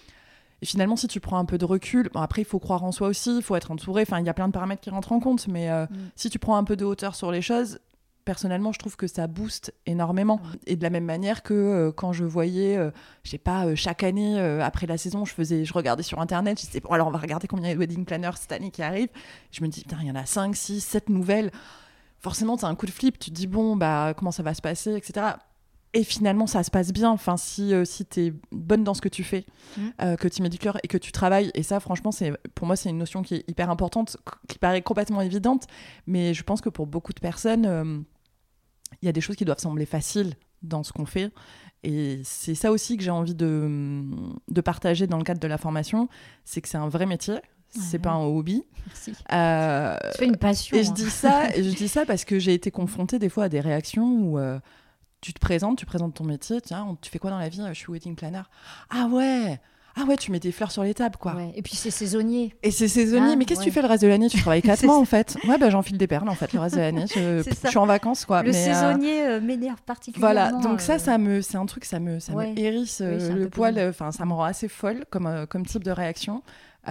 Et finalement, si tu prends un peu de recul, bon, après, il faut croire en soi aussi, il faut être entouré, enfin, il y a plein de paramètres qui rentrent en compte, mais euh, mm. si tu prends un peu de hauteur sur les choses, personnellement, je trouve que ça booste énormément. Mm. Et de la même manière que euh, quand je voyais, euh, je sais pas, euh, chaque année, euh, après la saison, je, faisais, je regardais sur Internet, je disais, bon, alors on va regarder combien il y a de wedding planners cette année qui arrivent. Je me dis, putain, il y en a cinq, six, sept nouvelles. Forcément, tu as un coup de flip, tu te dis, bon, bah, comment ça va se passer, et cetera. Et finalement, ça se passe bien. Enfin, si, euh, si tu es bonne dans ce que tu fais, mmh. euh, que tu mets du cœur et que tu travailles. Et ça, franchement, c'est, pour moi, c'est une notion qui est hyper importante, qui paraît complètement évidente. Mais je pense que pour beaucoup de personnes, il euh, y a des choses qui doivent sembler faciles dans ce qu'on fait. Et c'est ça aussi que j'ai envie de, de partager dans le cadre de la formation. C'est que c'est un vrai métier. C'est ouais. pas un hobby. Merci. Euh, c'est une passion. Et hein. je dis ça, et je dis ça parce que j'ai été confrontée des fois à des réactions où... Euh, tu te présentes, tu présentes ton métier, tiens, tu fais quoi dans la vie ? Je suis wedding planner. Ah ouais, ah ouais, tu mets des fleurs sur les tables, quoi. Ouais. Et puis c'est saisonnier. Et c'est saisonnier, ah, mais qu'est-ce que ouais. tu fais le reste de l'année ? Tu travailles quatre mois en fait. Ouais, bah j'enfile des perles en fait le reste de l'année. Je, je suis en vacances, quoi. Le mais, saisonnier euh, m'énerve particulièrement. Voilà, donc euh... ça, ça me, c'est un truc, ça me, ça ouais. me hérisse euh, oui, le poil. Enfin, ça me rend assez folle comme, euh, comme type de réaction.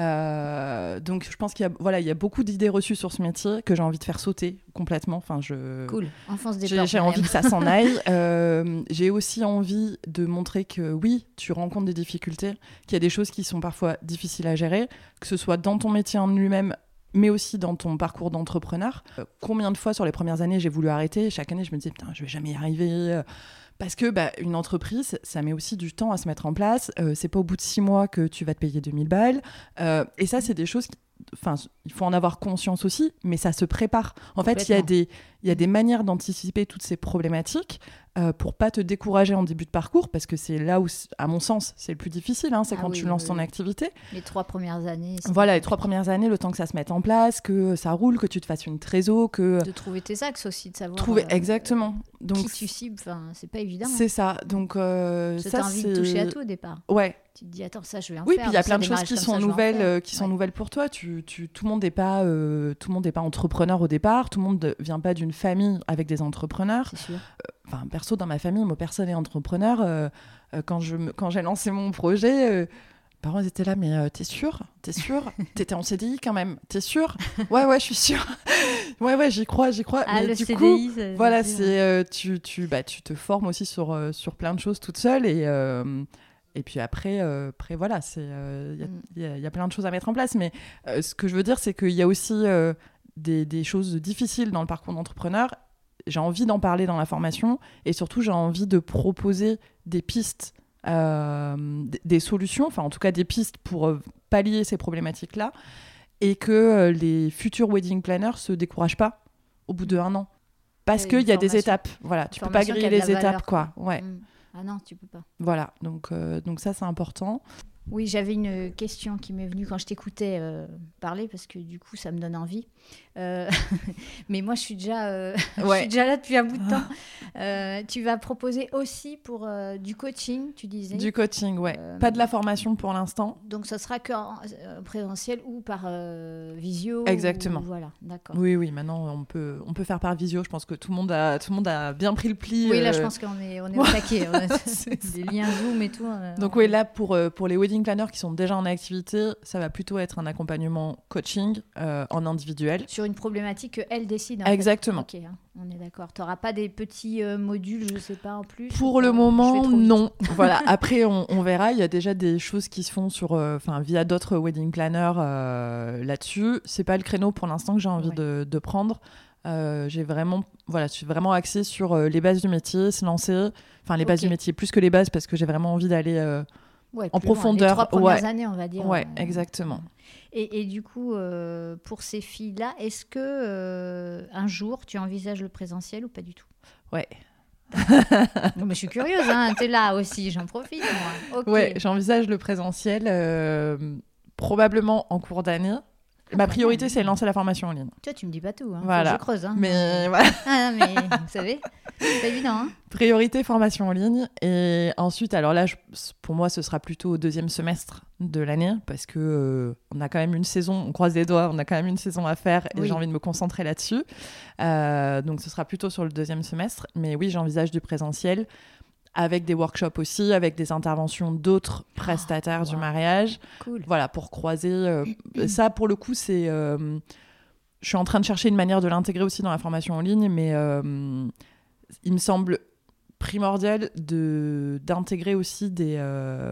Euh, donc je pense qu'il y a, voilà, il y a beaucoup d'idées reçues sur ce métier que j'ai envie de faire sauter complètement. Enfin, je... Cool, enfonce des j'ai, portes. J'ai envie que ça s'en aille. Euh, j'ai aussi envie de montrer que oui, tu rencontres des difficultés, qu'il y a des choses qui sont parfois difficiles à gérer, que ce soit dans ton métier en lui-même, mais aussi dans ton parcours d'entrepreneur. Euh, combien de fois sur les premières années j'ai voulu arrêter ? Chaque année, je me disais, putain, je vais jamais y arriver. Parce que bah, une entreprise, ça met aussi du temps à se mettre en place. Euh, c'est pas au bout de six mois que tu vas te payer deux mille balles. Euh, et ça, c'est des choses... Enfin, il faut en avoir conscience aussi, mais ça se prépare. En fait, il y a des, il y a des manières d'anticiper toutes ces problématiques euh, pour pas te décourager en début de parcours, parce que c'est là où, à mon sens, c'est le plus difficile. Hein, c'est ah quand oui, tu lances oui, ton oui. activité. Les trois premières années. Voilà, les trois premières années, le temps que ça se mette en place, que ça roule, que tu te fasses une trésor, que... De trouver tes axes aussi, de savoir... Trouver, euh, exactement. Donc, qui tu cibles, enfin, c'est pas évident. C'est hein. ça. Donc, euh, ça, ça, t'as envie c'est... de toucher à tout au départ. Ouais. Tu te dis, attends, ça, je vais en oui, faire. Oui, puis il y a plein de choses qui sont ça, nouvelles, euh, qui sont ouais. nouvelles pour toi. Tu, tu, tout le monde n'est pas, euh, tout le monde n'est pas entrepreneur au départ. Tout le monde ne vient pas d'une famille avec des entrepreneurs. C'est sûr. Enfin, euh, perso, dans ma famille, moi, personne n'est entrepreneur. Euh, euh, quand, je, quand j'ai lancé mon projet... Euh, mes parents étaient là, mais euh, t'es sûre ? T'es sûre ? T'étais en C D I quand même ? T'es sûre ? Ouais, ouais, je suis sûre. ouais, ouais, j'y crois, j'y crois. Ah, mais le du C D I, coup, c'est voilà, c'est, euh, tu, tu, bah, tu te formes aussi sur, euh, sur plein de choses toute seule. Et, euh, et puis après, euh, après voilà, il euh, y, mm. y, y a plein de choses à mettre en place. Mais euh, ce que je veux dire, c'est qu'il y a aussi euh, des, des choses difficiles dans le parcours d'entrepreneur. J'ai envie d'en parler dans la formation. Et surtout, j'ai envie de proposer des pistes. Euh, des solutions, enfin en tout cas des pistes pour euh, pallier ces problématiques-là, et que euh, les futurs wedding planners se découragent pas au bout d'un an, parce qu'il y a des étapes. Voilà, tu peux pas griller les étapes, valeur, quoi. quoi. Ouais. Mmh. Ah non, tu peux pas. Voilà, donc euh, donc ça c'est important. Oui, j'avais une question qui m'est venue quand je t'écoutais euh, parler, parce que du coup, ça me donne envie. Euh, mais moi, je suis, déjà, euh, ouais. je suis déjà là depuis un bout de temps. Euh, tu vas proposer aussi pour euh, du coaching, tu disais. Du coaching, ouais. Euh, Pas de la formation pour l'instant. Donc, ça sera qu'en euh, présentiel ou par euh, visio. Exactement. Ou, voilà, d'accord. Oui, oui, maintenant, on peut, on peut faire par visio. Je pense que tout le monde a, tout le monde a bien pris le pli. Oui, là, je pense qu'on est, on est au taquet. Des liens Zoom et tout. Donc, oui, là, pour, pour les wedding planners qui sont déjà en activité, ça va plutôt être un accompagnement coaching euh, en individuel. Sur une problématique qu'elle décide. Exactement. Ok, hein, on est d'accord. Tu n'auras pas des petits euh, modules, je ne sais pas, en plus? Pour le moment, non. Voilà. Après, on, on verra. Il y a déjà des choses qui se font sur, euh, via d'autres wedding planners euh, là-dessus. Ce n'est pas le créneau pour l'instant que j'ai envie ouais. de, de prendre. Euh, j'ai vraiment, voilà, je suis vraiment axée sur euh, les bases du métier, se lancer. Enfin, les bases Ok. du métier, plus que les bases, parce que j'ai vraiment envie d'aller euh, Ouais, en plus loin, profondeur. les trois premières Ouais. années, on va dire. Ouais, euh, exactement. Et, et du coup, euh, pour ces filles-là, est-ce que euh, un jour, tu envisages le présentiel ou pas du tout? Ouais. Non, mais je suis curieuse, hein, t'es là aussi, j'en profite, moi. Ok. Ouais, j'envisage le présentiel euh, probablement en cours d'année. Ah, Ma quand priorité, même. c'est de lancer la formation en ligne. Toi, tu me dis pas tout, hein. Voilà. Faut que je creuse. Hein. Mais voilà. Ah, non, mais vous savez, c'est pas évident. Hein. Priorité formation en ligne. Et ensuite, alors là, je- pour moi, ce sera plutôt au deuxième semestre de l'année parce que euh, on a quand même une saison, on croise les doigts, on a quand même une saison à faire et Oui. j'ai envie de me concentrer là-dessus. Euh, donc, ce sera plutôt sur le deuxième semestre. Mais oui, j'envisage du présentiel avec des workshops aussi, avec des interventions d'autres prestataires Oh, du wow. mariage. Cool. Voilà, pour croiser. euh, ça, pour le coup, c'est. euh, je suis en train de chercher une manière de l'intégrer aussi dans la formation en ligne, mais euh, il me semble primordial de, d'intégrer aussi des, euh,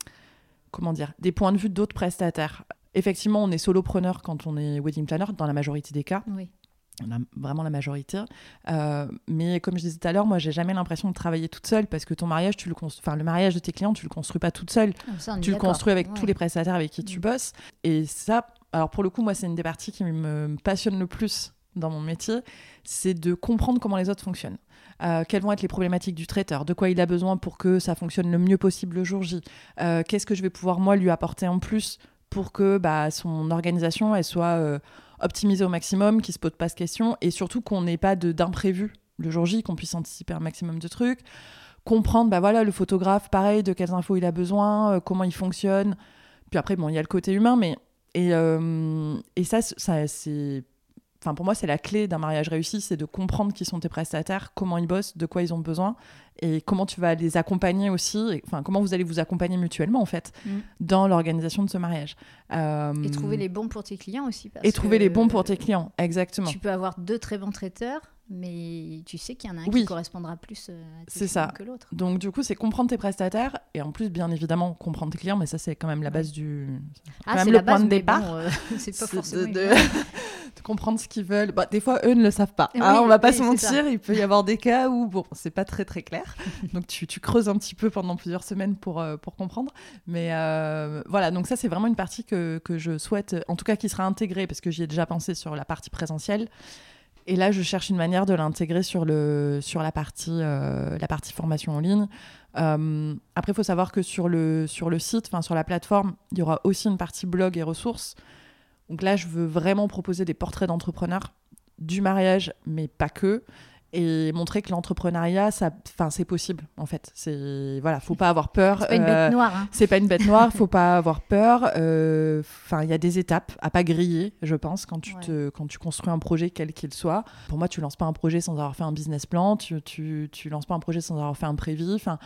comment dire, des points de vue d'autres prestataires. Effectivement, on est solopreneur quand on est wedding planner, dans la majorité des cas. Oui. On a vraiment la majorité. Euh, mais comme je disais tout à l'heure, moi, j'ai jamais l'impression de travailler toute seule parce que ton mariage, tu le construis, enfin, le mariage de tes clients, tu le construis pas toute seule. Ah, ça, on est Tu le d'accord. construis avec Ouais. tous les prestataires avec qui tu bosses. Et ça, alors pour le coup, moi, c'est une des parties qui me passionne le plus dans mon métier, c'est de comprendre comment les autres fonctionnent. Euh, quelles vont être les problématiques du traiteur, de quoi il a besoin pour que ça fonctionne le mieux possible le jour J. Euh, qu'est-ce que je vais pouvoir, moi, lui apporter en plus pour que bah, son organisation, elle soit euh, optimisée au maximum, qu'il ne se pose pas de questions, et surtout qu'on n'ait pas de, d'imprévu le jour J, qu'on puisse anticiper un maximum de trucs. Comprendre, bah voilà, le photographe, pareil, de quelles infos il a besoin, euh, comment il fonctionne. Puis après, bon, il y a le côté humain, mais... Et, euh, et ça, ça, c'est... Enfin, pour moi, c'est la clé d'un mariage réussi, c'est de comprendre qui sont tes prestataires, comment ils bossent, de quoi ils ont besoin, et comment tu vas les accompagner aussi, et, enfin, comment vous allez vous accompagner mutuellement, en fait, mm. dans l'organisation de ce mariage. Euh, et trouver les bons pour tes clients aussi. Parce et trouver que les bons pour tes clients, exactement. Tu peux avoir deux très bons traiteurs, mais tu sais qu'il y en a un oui. qui correspondra plus à tes c'est ça. que l'autre. Donc, du coup, c'est comprendre tes prestataires, et en plus, bien évidemment, comprendre tes clients, mais ça, c'est quand même la base ouais. du... Ah, quand c'est même la le base, point de mais départ. Bon, euh, c'est pas c'est forcément de, de... de comprendre ce qu'ils veulent. Bah, des fois, eux ne le savent pas. Oui, hein, on va pas oui, se mentir, il peut y avoir des cas où, bon, c'est pas très, très clair. Donc, tu, tu creuses un petit peu pendant plusieurs semaines pour, euh, pour comprendre. Mais euh, voilà, donc ça, c'est vraiment une partie que, que je souhaite, en tout cas, qui sera intégrée, parce que j'y ai déjà pensé sur la partie présentielle. Et là, je cherche une manière de l'intégrer sur, le, sur la, partie, euh, la partie formation en ligne. Euh, après, il faut savoir que sur le, sur le site, enfin sur la plateforme, il y aura aussi une partie blog et ressources. Donc là, je veux vraiment proposer des portraits d'entrepreneurs du mariage, mais pas que, et montrer que l'entrepreneuriat, ça, c'est possible, en fait. Il voilà, faut pas avoir peur. C'est pas une bête euh, noire. Hein. C'est pas une bête noire, faut pas avoir peur. Enfin, euh, il y a des étapes à pas griller, je pense, quand tu, ouais. te, quand tu construis un projet, quel qu'il soit. Pour moi, tu lances pas un projet sans avoir fait un business plan, tu, tu, tu lances pas un projet sans avoir fait un prévis. Enfin,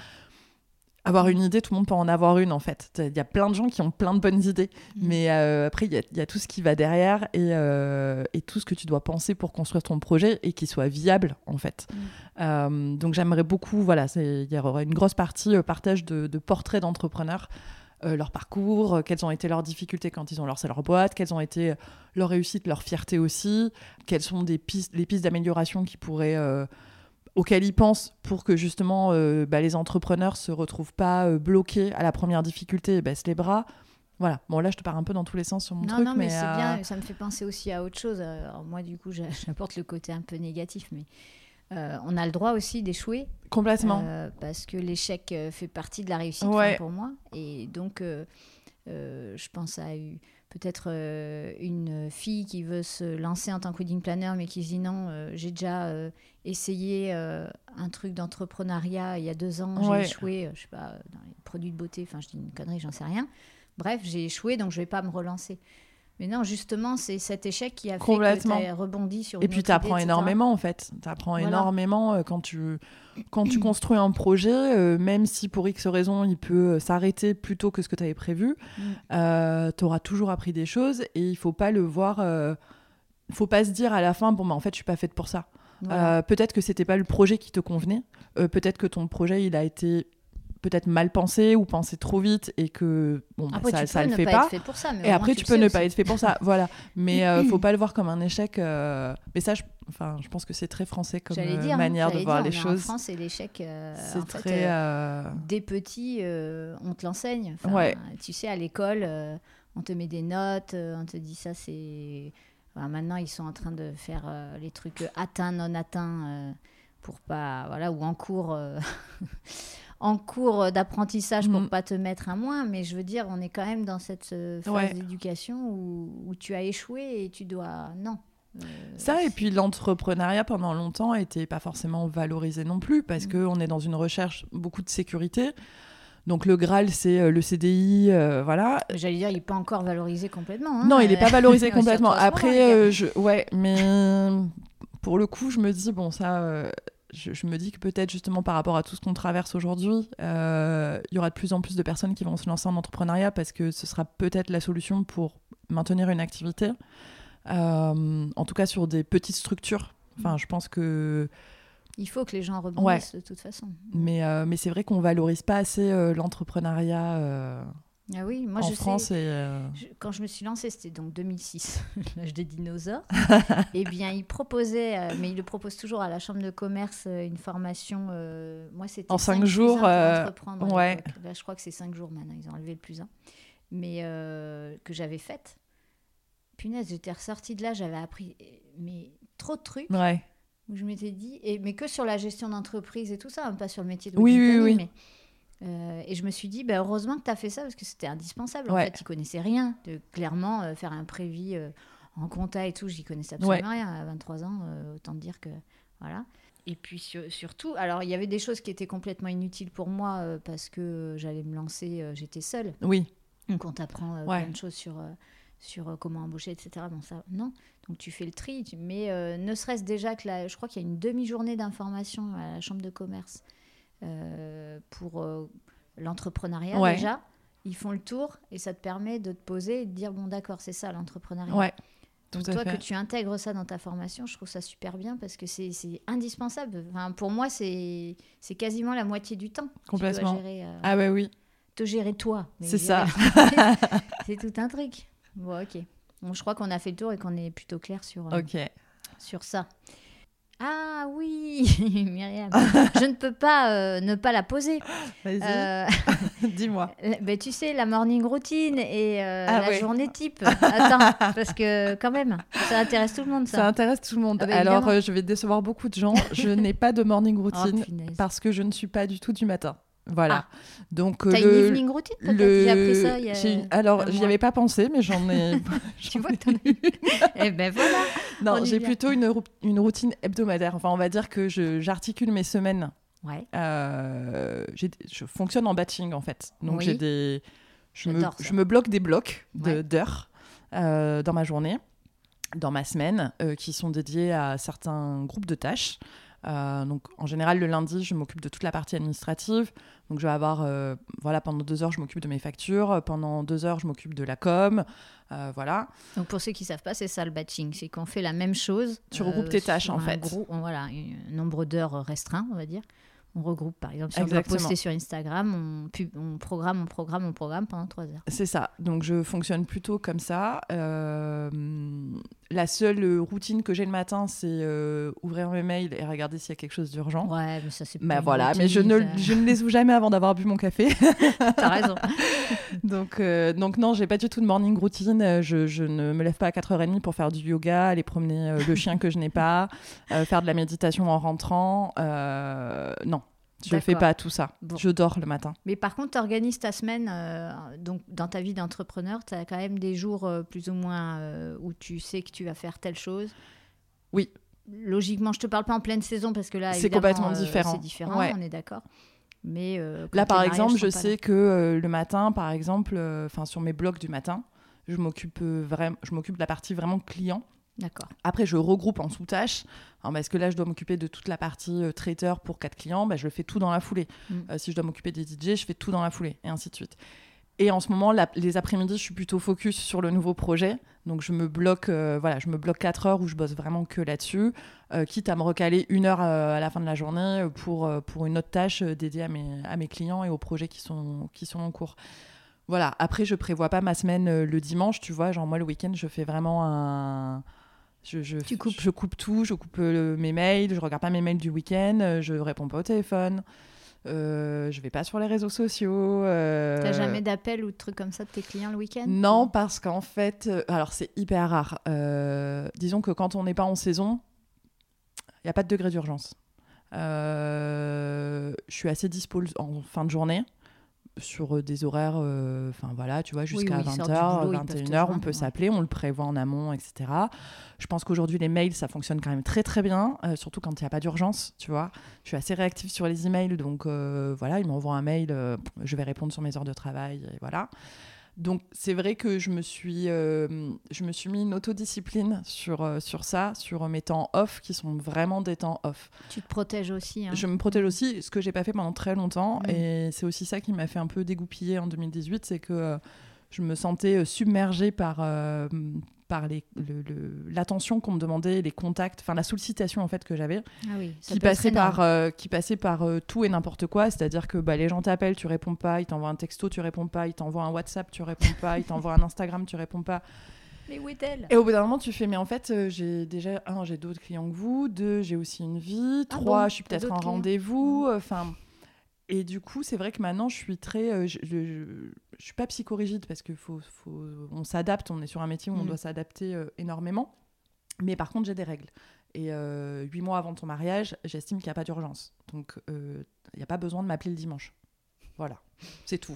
avoir une idée, tout le monde peut en avoir une, en fait. Il y a plein de gens qui ont plein de bonnes idées, mmh. mais euh, après, il y, y a tout ce qui va derrière et, euh, et tout ce que tu dois penser pour construire ton projet et qu'il soit viable, en fait. Mmh. Euh, donc, j'aimerais beaucoup, voilà, il y aura une grosse partie euh, partage de, de portraits d'entrepreneurs, euh, leur parcours, euh, quelles ont été leurs difficultés quand ils ont lancé leur boîte, quelles ont été leurs réussites, leurs fiertés aussi, quelles sont des pistes, les pistes d'amélioration qui pourraient... Euh, auxquels ils pensent pour que justement euh, bah, les entrepreneurs se retrouvent pas euh, bloqués à la première difficulté et baissent les bras. Voilà. Bon, là, je te pars un peu dans tous les sens sur mon non, truc. Non, mais, mais c'est euh... bien. Ça me fait penser aussi à autre chose. Alors, moi, du coup, j'apporte le côté un peu négatif, mais euh, on a le droit aussi d'échouer. Complètement. Euh, parce que l'échec fait partie de la réussite ouais. pour moi. Et donc, euh, euh, je pense à eu peut-être euh, une fille qui veut se lancer en tant que wedding planner, mais qui se dit non, euh, j'ai déjà euh, essayé euh, un truc d'entrepreneuriat il y a deux ans, ouais. j'ai échoué, euh, je sais pas, dans les produits de beauté, enfin je dis une connerie, j'en sais rien. Bref, j'ai échoué, donc je vais pas me relancer. Mais non, justement, c'est cet échec qui a fait que tu as rebondi sur une Et puis, tu apprends énormément, en fait. Tu apprends voilà. énormément euh, quand tu, quand tu construis un projet, euh, même si pour X raison, il peut s'arrêter plus tôt que ce que tu avais prévu, mm. euh, tu auras toujours appris des choses et il ne faut pas le voir... Il euh, ne faut pas se dire à la fin, bon, bah, en fait, je ne suis pas faite pour ça. Voilà. Euh, peut-être que ce n'était pas le projet qui te convenait. Euh, peut-être que ton projet, il a été... peut-être mal pensé ou pensé trop vite et que bon, bah, après, ça, tu ça peux le ne fait pas, pas. être fait pour ça, mais Et au après, moins, tu le peux sais ne aussi. pas être fait pour ça. Voilà. Mais euh, faut pas le voir comme un échec. Euh... Mais ça, je... Enfin, je pense que c'est très français comme J'allais euh, dire, manière hein, de j'allais voir dire, les on est choses. En France, et l'échec, euh, c'est en fait, très. euh, Euh... des petits, euh, on te l'enseigne. Enfin, ouais. Tu sais, à l'école, euh, on te met des notes, euh, on te dit ça, c'est. Enfin, maintenant, ils sont en train de faire euh, les trucs atteints, non atteints, euh, pour pas. Voilà, ou en cours. Euh... en cours d'apprentissage pour Mm. pas te mettre un moins, mais je veux dire, on est quand même dans cette euh, phase Ouais. d'éducation où, où tu as échoué et tu dois... Non. Euh, Ça, c'est... et puis l'entrepreneuriat pendant longtemps n'était pas forcément valorisé non plus, parce Mm. qu'on est dans une recherche beaucoup de sécurité. Donc le Graal, c'est euh, le C D I, euh, voilà. J'allais dire, il n'est pas encore valorisé complètement. Hein. Non, il n'est pas valorisé complètement. Surtout à ce Après, moment, les gars. euh, je... ouais, mais pour le coup, je me dis, bon, ça... Euh... Je, je me dis que peut-être justement par rapport à tout ce qu'on traverse aujourd'hui, euh, il y aura de plus en plus de personnes qui vont se lancer en entrepreneuriat parce que ce sera peut-être la solution pour maintenir une activité, euh, en tout cas sur des petites structures. Enfin, je pense que... Il faut que les gens rebondissent ouais. de toute façon. Mais, euh, mais c'est vrai qu'on valorise pas assez euh, l'entrepreneuriat euh, ah oui, moi en je France. sais, et, euh... je, quand je me suis lancée, c'était donc deux mille six, l'âge des dinosaures. Eh bien, ils proposaient, euh, mais ils le proposent toujours à la Chambre de commerce, euh, une formation. Euh, moi, c'était en cinq, cinq jours pour euh... entreprendre. Ouais. Là, je crois que c'est cinq jours maintenant. Ils ont enlevé le plus un. Mais euh, que j'avais faite. Punaise, j'étais ressortie de là, j'avais appris mais trop de trucs. Ouais. Où je m'étais dit, et, mais que sur la gestion d'entreprise et tout ça, hein, pas sur le métier de oui, wedding oui, planning, oui. mais Euh, et je me suis dit, bah, heureusement que tu as fait ça parce que c'était indispensable. Ouais. En fait, ils connaissaient rien. De, clairement, euh, faire un prévis euh, en compta et tout, j'y connaissais absolument ouais. rien. À vingt-trois ans, euh, autant dire que... Voilà. Et puis sur, surtout, alors il y avait des choses qui étaient complètement inutiles pour moi euh, parce que euh, j'allais me lancer, euh, j'étais seule. Oui. Donc on t'apprend euh, ouais. plein de choses sur, euh, sur euh, comment embaucher, et cetera. Bon, ça, non. Donc tu fais le tri. Tu, mais euh, ne serait-ce déjà que la, je crois qu'il y a une demi-journée d'information à la Chambre de commerce. Euh, pour euh, l'entrepreneuriat ouais. déjà, ils font le tour et ça te permet de te poser et de dire bon d'accord, c'est ça l'entrepreneuriat. Ouais, donc toi fait. Que tu intègres ça dans ta formation, je trouve ça super bien parce que c'est, c'est indispensable. Enfin, pour moi, c'est, c'est quasiment la moitié du temps. Complètement. Tu dois gérer, euh, ah ouais oui. Te gérer toi. Mais c'est gérer... ça. c'est tout un truc. Bon ok. Bon, je crois qu'on a fait le tour et qu'on est plutôt clair sur, euh, okay. sur ça. Ah oui, Myriam, je ne peux pas euh, ne pas la poser. Vas-y, euh, dis-moi. Ben, tu sais, la morning routine et euh, ah, la ouais. journée type. Attends, parce que quand même, ça intéresse tout le monde, ça. Ça intéresse tout le monde. Ah, bah, alors, euh, je vais décevoir beaucoup de gens. Je n'ai pas de morning routine oh, parce que je ne suis pas du tout du matin. Voilà. Ah. Donc, T'as le, une evening routine peut-être le... J'ai appris ça il y a... J'ai... Alors, j'y avais pas pensé, mais j'en ai... j'en tu vois que t'en as... Eh ben voilà. Non, j'ai plutôt une, une routine hebdomadaire. Enfin, on va dire que je, j'articule mes semaines. Ouais. Euh, j'ai, je fonctionne en batching, en fait. Donc, oui. j'ai des... Je me, je me bloque des blocs de, ouais. d'heures euh, dans ma journée, dans ma semaine, euh, qui sont dédiés à certains groupes de tâches. Euh, donc en général le lundi je m'occupe de toute la partie administrative, donc je vais avoir euh, voilà, pendant deux heures je m'occupe de mes factures, pendant deux heures je m'occupe de la com, euh, voilà. Donc pour ceux qui savent pas, c'est ça le batching, c'est qu'on fait la même chose, tu regroupes euh, tes tâches en fait, gros, on, voilà, un nombre d'heures restreint on va dire. On regroupe, par exemple, si Exactement. On doit poster sur Instagram, on, pub, on programme, on programme, on programme pendant trois heures. C'est ça. Donc, je fonctionne plutôt comme ça. Euh, la seule routine que j'ai le matin, c'est euh, ouvrir mes mails et regarder s'il y a quelque chose d'urgent. Ouais, mais ça, c'est pas bah, une voilà, routine, mais je ne, ça... je ne les ouvre jamais avant d'avoir bu mon café. T'as raison. donc, euh, donc, non, j'ai pas du tout de morning routine. Je, je ne me lève pas à quatre heures trente pour faire du yoga, aller promener euh, le chien que je n'ai pas, euh, faire de la méditation en rentrant. Euh, non. Je ne fais pas tout ça. Bon. Je dors le matin. Mais par contre, tu organises ta semaine. Euh, donc, dans ta vie d'entrepreneur, tu as quand même des jours euh, plus ou moins euh, où tu sais que tu vas faire telle chose. Oui. Logiquement, je ne te parle pas en pleine saison parce que là, c'est complètement euh, différent. C'est différent, ouais. On est d'accord. Mais euh, là, par exemple, je sais là. que euh, le matin, par exemple, euh, sur mes blogs du matin, je m'occupe, euh, vraiment, je m'occupe de la partie vraiment client. D'accord. Après, je regroupe en sous-tâches. Alors, parce que là, je dois m'occuper de toute la partie euh, traiteur pour quatre clients. Bah, je le fais tout dans la foulée. Mm. Euh, si je dois m'occuper des D J, je fais tout dans la foulée, et ainsi de suite. Et en ce moment, la, les après-midi, je suis plutôt focus sur le nouveau projet. Donc, je me bloque, euh, voilà, je me bloque quatre heures où je bosse vraiment que là-dessus, euh, quitte à me recaler une heure euh, à la fin de la journée pour, euh, pour une autre tâche euh, dédiée à mes, à mes clients et aux projets qui sont, qui sont en cours. Voilà. Après, je prévois pas ma semaine euh, le dimanche, tu vois. Genre, moi, le week-end, je fais vraiment un... Je, je, tu coupes. je coupe tout, je coupe euh, mes mails, je regarde pas mes mails du week-end, euh, je réponds pas au téléphone. Euh, je vais pas sur les réseaux sociaux. Euh... T'as jamais d'appel ou de trucs comme ça de tes clients le week-end? Non, parce qu'en fait, euh, alors c'est hyper rare. Euh, disons que quand on n'est pas en saison, il n'y a pas de degré d'urgence. Euh, je suis assez dispo en fin de journée sur des horaires, enfin euh, voilà, tu vois, jusqu'à oui, oui, vingt heures, boulot, vingt et une heures, on peut ouais. s'appeler, on le prévoit en amont, et cetera. Je pense qu'aujourd'hui, les mails, ça fonctionne quand même très, très bien, euh, surtout quand il n'y a pas d'urgence, tu vois. Je suis assez réactive sur les emails, donc euh, voilà, ils m'envoient un mail, euh, je vais répondre sur mes heures de travail, et voilà. Donc, c'est vrai que je me suis, euh, je me suis mis une autodiscipline sur, euh, sur ça, sur mes temps off, qui sont vraiment des temps off. Tu te protèges aussi. Hein. Je me protège aussi, ce que je n'ai pas fait pendant très longtemps. Mmh. Et c'est aussi ça qui m'a fait un peu dégoupiller en deux mille dix-huit, c'est que euh, je me sentais submergée par, euh, par les, le, le, l'attention qu'on me demandait, les contacts, enfin la sollicitation en fait que j'avais, ah oui, qui, passait par, euh, qui passait par euh, tout et n'importe quoi. C'est-à-dire que bah, les gens t'appellent, tu réponds pas, ils t'envoient un texto, tu réponds pas, ils t'envoient un WhatsApp, tu réponds pas, ils t'envoient un Instagram, tu réponds pas. Mais où est-elle ? Et au bout d'un moment, tu fais, mais en fait, euh, j'ai déjà, un, j'ai d'autres clients que vous, deux, j'ai aussi une vie, ah trois, bon, je suis peut-être en rendez-vous, enfin... Mmh. Et du coup, c'est vrai que maintenant, je suis très... Euh, je, je, je, je suis pas psychorigide parce qu'on faut, faut, on s'adapte, on est sur un métier où mmh. on doit s'adapter euh, énormément. Mais par contre, j'ai des règles. Et euh, huit mois avant ton mariage, j'estime qu'il n'y a pas d'urgence. Donc, il euh, n'y a pas besoin de m'appeler le dimanche. Voilà, c'est tout.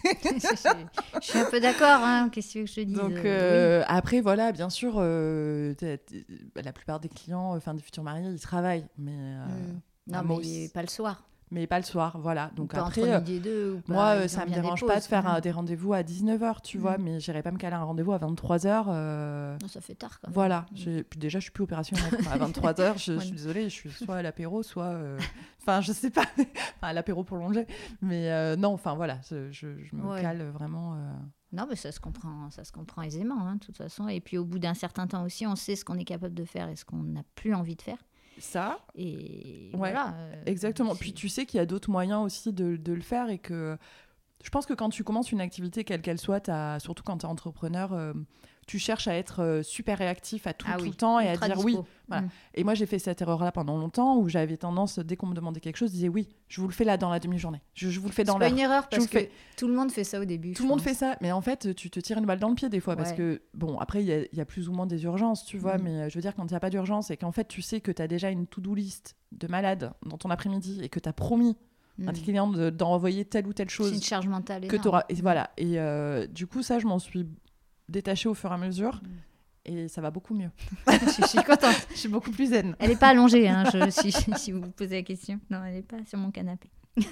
Je suis un peu d'accord, hein. Qu'est-ce que je te dis. Donc, euh, oui. Après, voilà, bien sûr, euh, t'es, t'es, la plupart des clients, enfin des futurs mariés, ils travaillent. Mais, euh, mmh. Non, mais aussi... pas le soir. Mais pas le soir, voilà. Donc pas après, entre midi et deux, ou pas, moi, euh, ça me dérange pas de faire un, des rendez-vous à dix-neuf heures, tu mmh. vois, mais j'irai pas me caler un rendez-vous à vingt-trois heures. Euh... Non, ça fait tard quand même. Voilà. Mmh. Puis déjà, je suis plus opérationnelle. à vingt-trois heures, je, ouais. je suis désolée, je suis soit à l'apéro, soit... Enfin, euh... je sais pas, enfin, à l'apéro prolongé. Mais euh, non, enfin, voilà, je, je, je me ouais. cale vraiment... Euh... Non, mais ça se comprend, ça se comprend aisément, hein, de toute façon. Et puis, au bout d'un certain temps aussi, on sait ce qu'on est capable de faire et ce qu'on n'a plus envie de faire. Ça, et ouais, voilà, euh, exactement. Puis tu sais qu'il y a d'autres moyens aussi de, de le faire et que je pense que quand tu commences une activité, quelle qu'elle soit, t'as, surtout quand tu es entrepreneur, euh, tu cherches à être euh, super réactif à tout, ah tout oui, le temps et à dire dispo. oui. Voilà. Mmh. Et moi, j'ai fait cette erreur-là pendant longtemps où j'avais tendance, dès qu'on me demandait quelque chose, je disais oui, je vous le fais là dans la demi-journée. Je, je vous le fais dans l'heure. C'est pas une erreur parce que fais... tout le monde fait ça au début. Tout le monde fait ça, mais en fait, tu te tires une balle dans le pied des fois ouais. parce que, bon, après, il y, y a plus ou moins des urgences, tu vois, mmh. mais euh, je veux dire, quand il n'y a pas d'urgence et qu'en fait, tu sais que tu as déjà une to-do list de malade dans ton après-midi et que tu as promis mmh. à tes clients de, d'en envoyer telle ou telle chose. C'est une charge mentale que t'auras. Et voilà. Et euh, du coup, ça, je m'en suis détachée au fur et à mesure. Mmh. Et ça va beaucoup mieux. je, je suis contente. Je suis beaucoup plus zen. Elle n'est pas allongée, hein, je, si, si vous vous posez la question. Non, elle n'est pas sur mon canapé. Je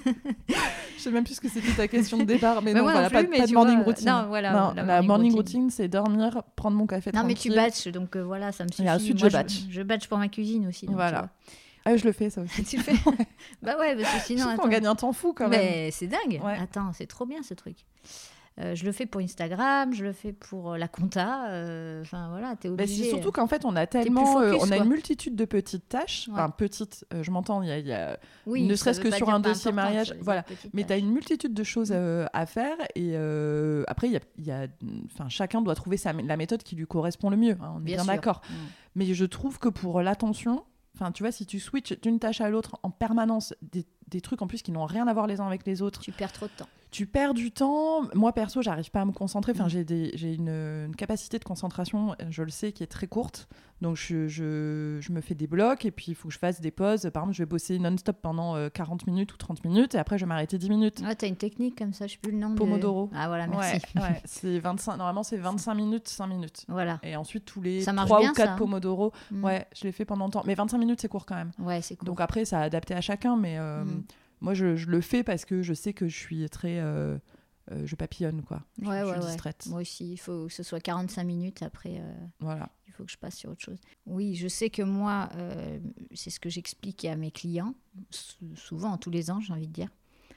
sais même plus ce que c'était ta question de départ, mais, mais non, voilà, plus, pas, mais pas de morning vois, routine. Non, voilà, non, la, la morning, morning routine, routine, c'est dormir, prendre mon café non, tranquille. Non, mais tu batches, donc euh, voilà, ça me suffit. Et ensuite, Moi, je batch. Je, je batch pour ma cuisine aussi. Donc, voilà. Ah, je le fais, ça aussi. Tu le fais Bah ouais, parce que sinon... on gagne un temps fou, quand même. Mais c'est dingue. Ouais. Attends, c'est trop bien, ce truc. Euh, je le fais pour Instagram, je le fais pour euh, la compta. Enfin, euh, voilà, t'es obligé... Bah, c'est surtout qu'en fait, on a tellement... Focus, euh, on a quoi. une multitude de petites tâches. Ouais. Enfin, petites, euh, je m'entends, il y a... Y a oui, ne serait-ce que sur un dossier mariage. Voilà. Mais tu as une multitude de choses mmh. euh, à faire. Et euh, après, il y a... Y a chacun doit trouver sa, la méthode qui lui correspond le mieux. Hein, on est bien, bien d'accord. Mmh. Mais je trouve que pour l'attention... Enfin, tu vois, si tu switches d'une tâche à l'autre en permanence, des, des trucs en plus qui n'ont rien à voir les uns avec les autres... Tu perds trop de temps. Tu perds du temps. Moi, perso, j'arrive pas à me concentrer. Enfin, mmh. j'ai, des, j'ai une, une capacité de concentration, je le sais, qui est très courte. Donc, je, je, je me fais des blocs et puis il faut que je fasse des pauses. Par exemple, je vais bosser non-stop pendant euh, quarante minutes ou trente minutes et après, je vais m'arrêter dix minutes. Ah, t'as une technique comme ça, je sais plus le nom. Pomodoro. De... Ah, voilà, merci. Ouais, ouais. C'est vingt-cinq, normalement, c'est vingt-cinq minutes, cinq minutes. Voilà. Et ensuite, tous les ça trois bien, ou quatre ça, Pomodoro, mmh. ouais, je l'ai fait pendant longtemps. Mais vingt-cinq minutes, c'est court quand même. Ouais, c'est court. Donc après, ça a adapté à chacun. Mais euh, mmh. moi, je, je le fais parce que je sais que je suis très... Euh, Euh, je papillonne, quoi. Je, ouais, je ouais, suis distraite. Ouais. Moi aussi, il faut que ce soit quarante-cinq minutes. Après, euh, voilà. il faut que je passe sur autre chose. Oui, je sais que moi, euh, c'est ce que j'explique à mes clients, souvent, tous les ans, j'ai envie de dire.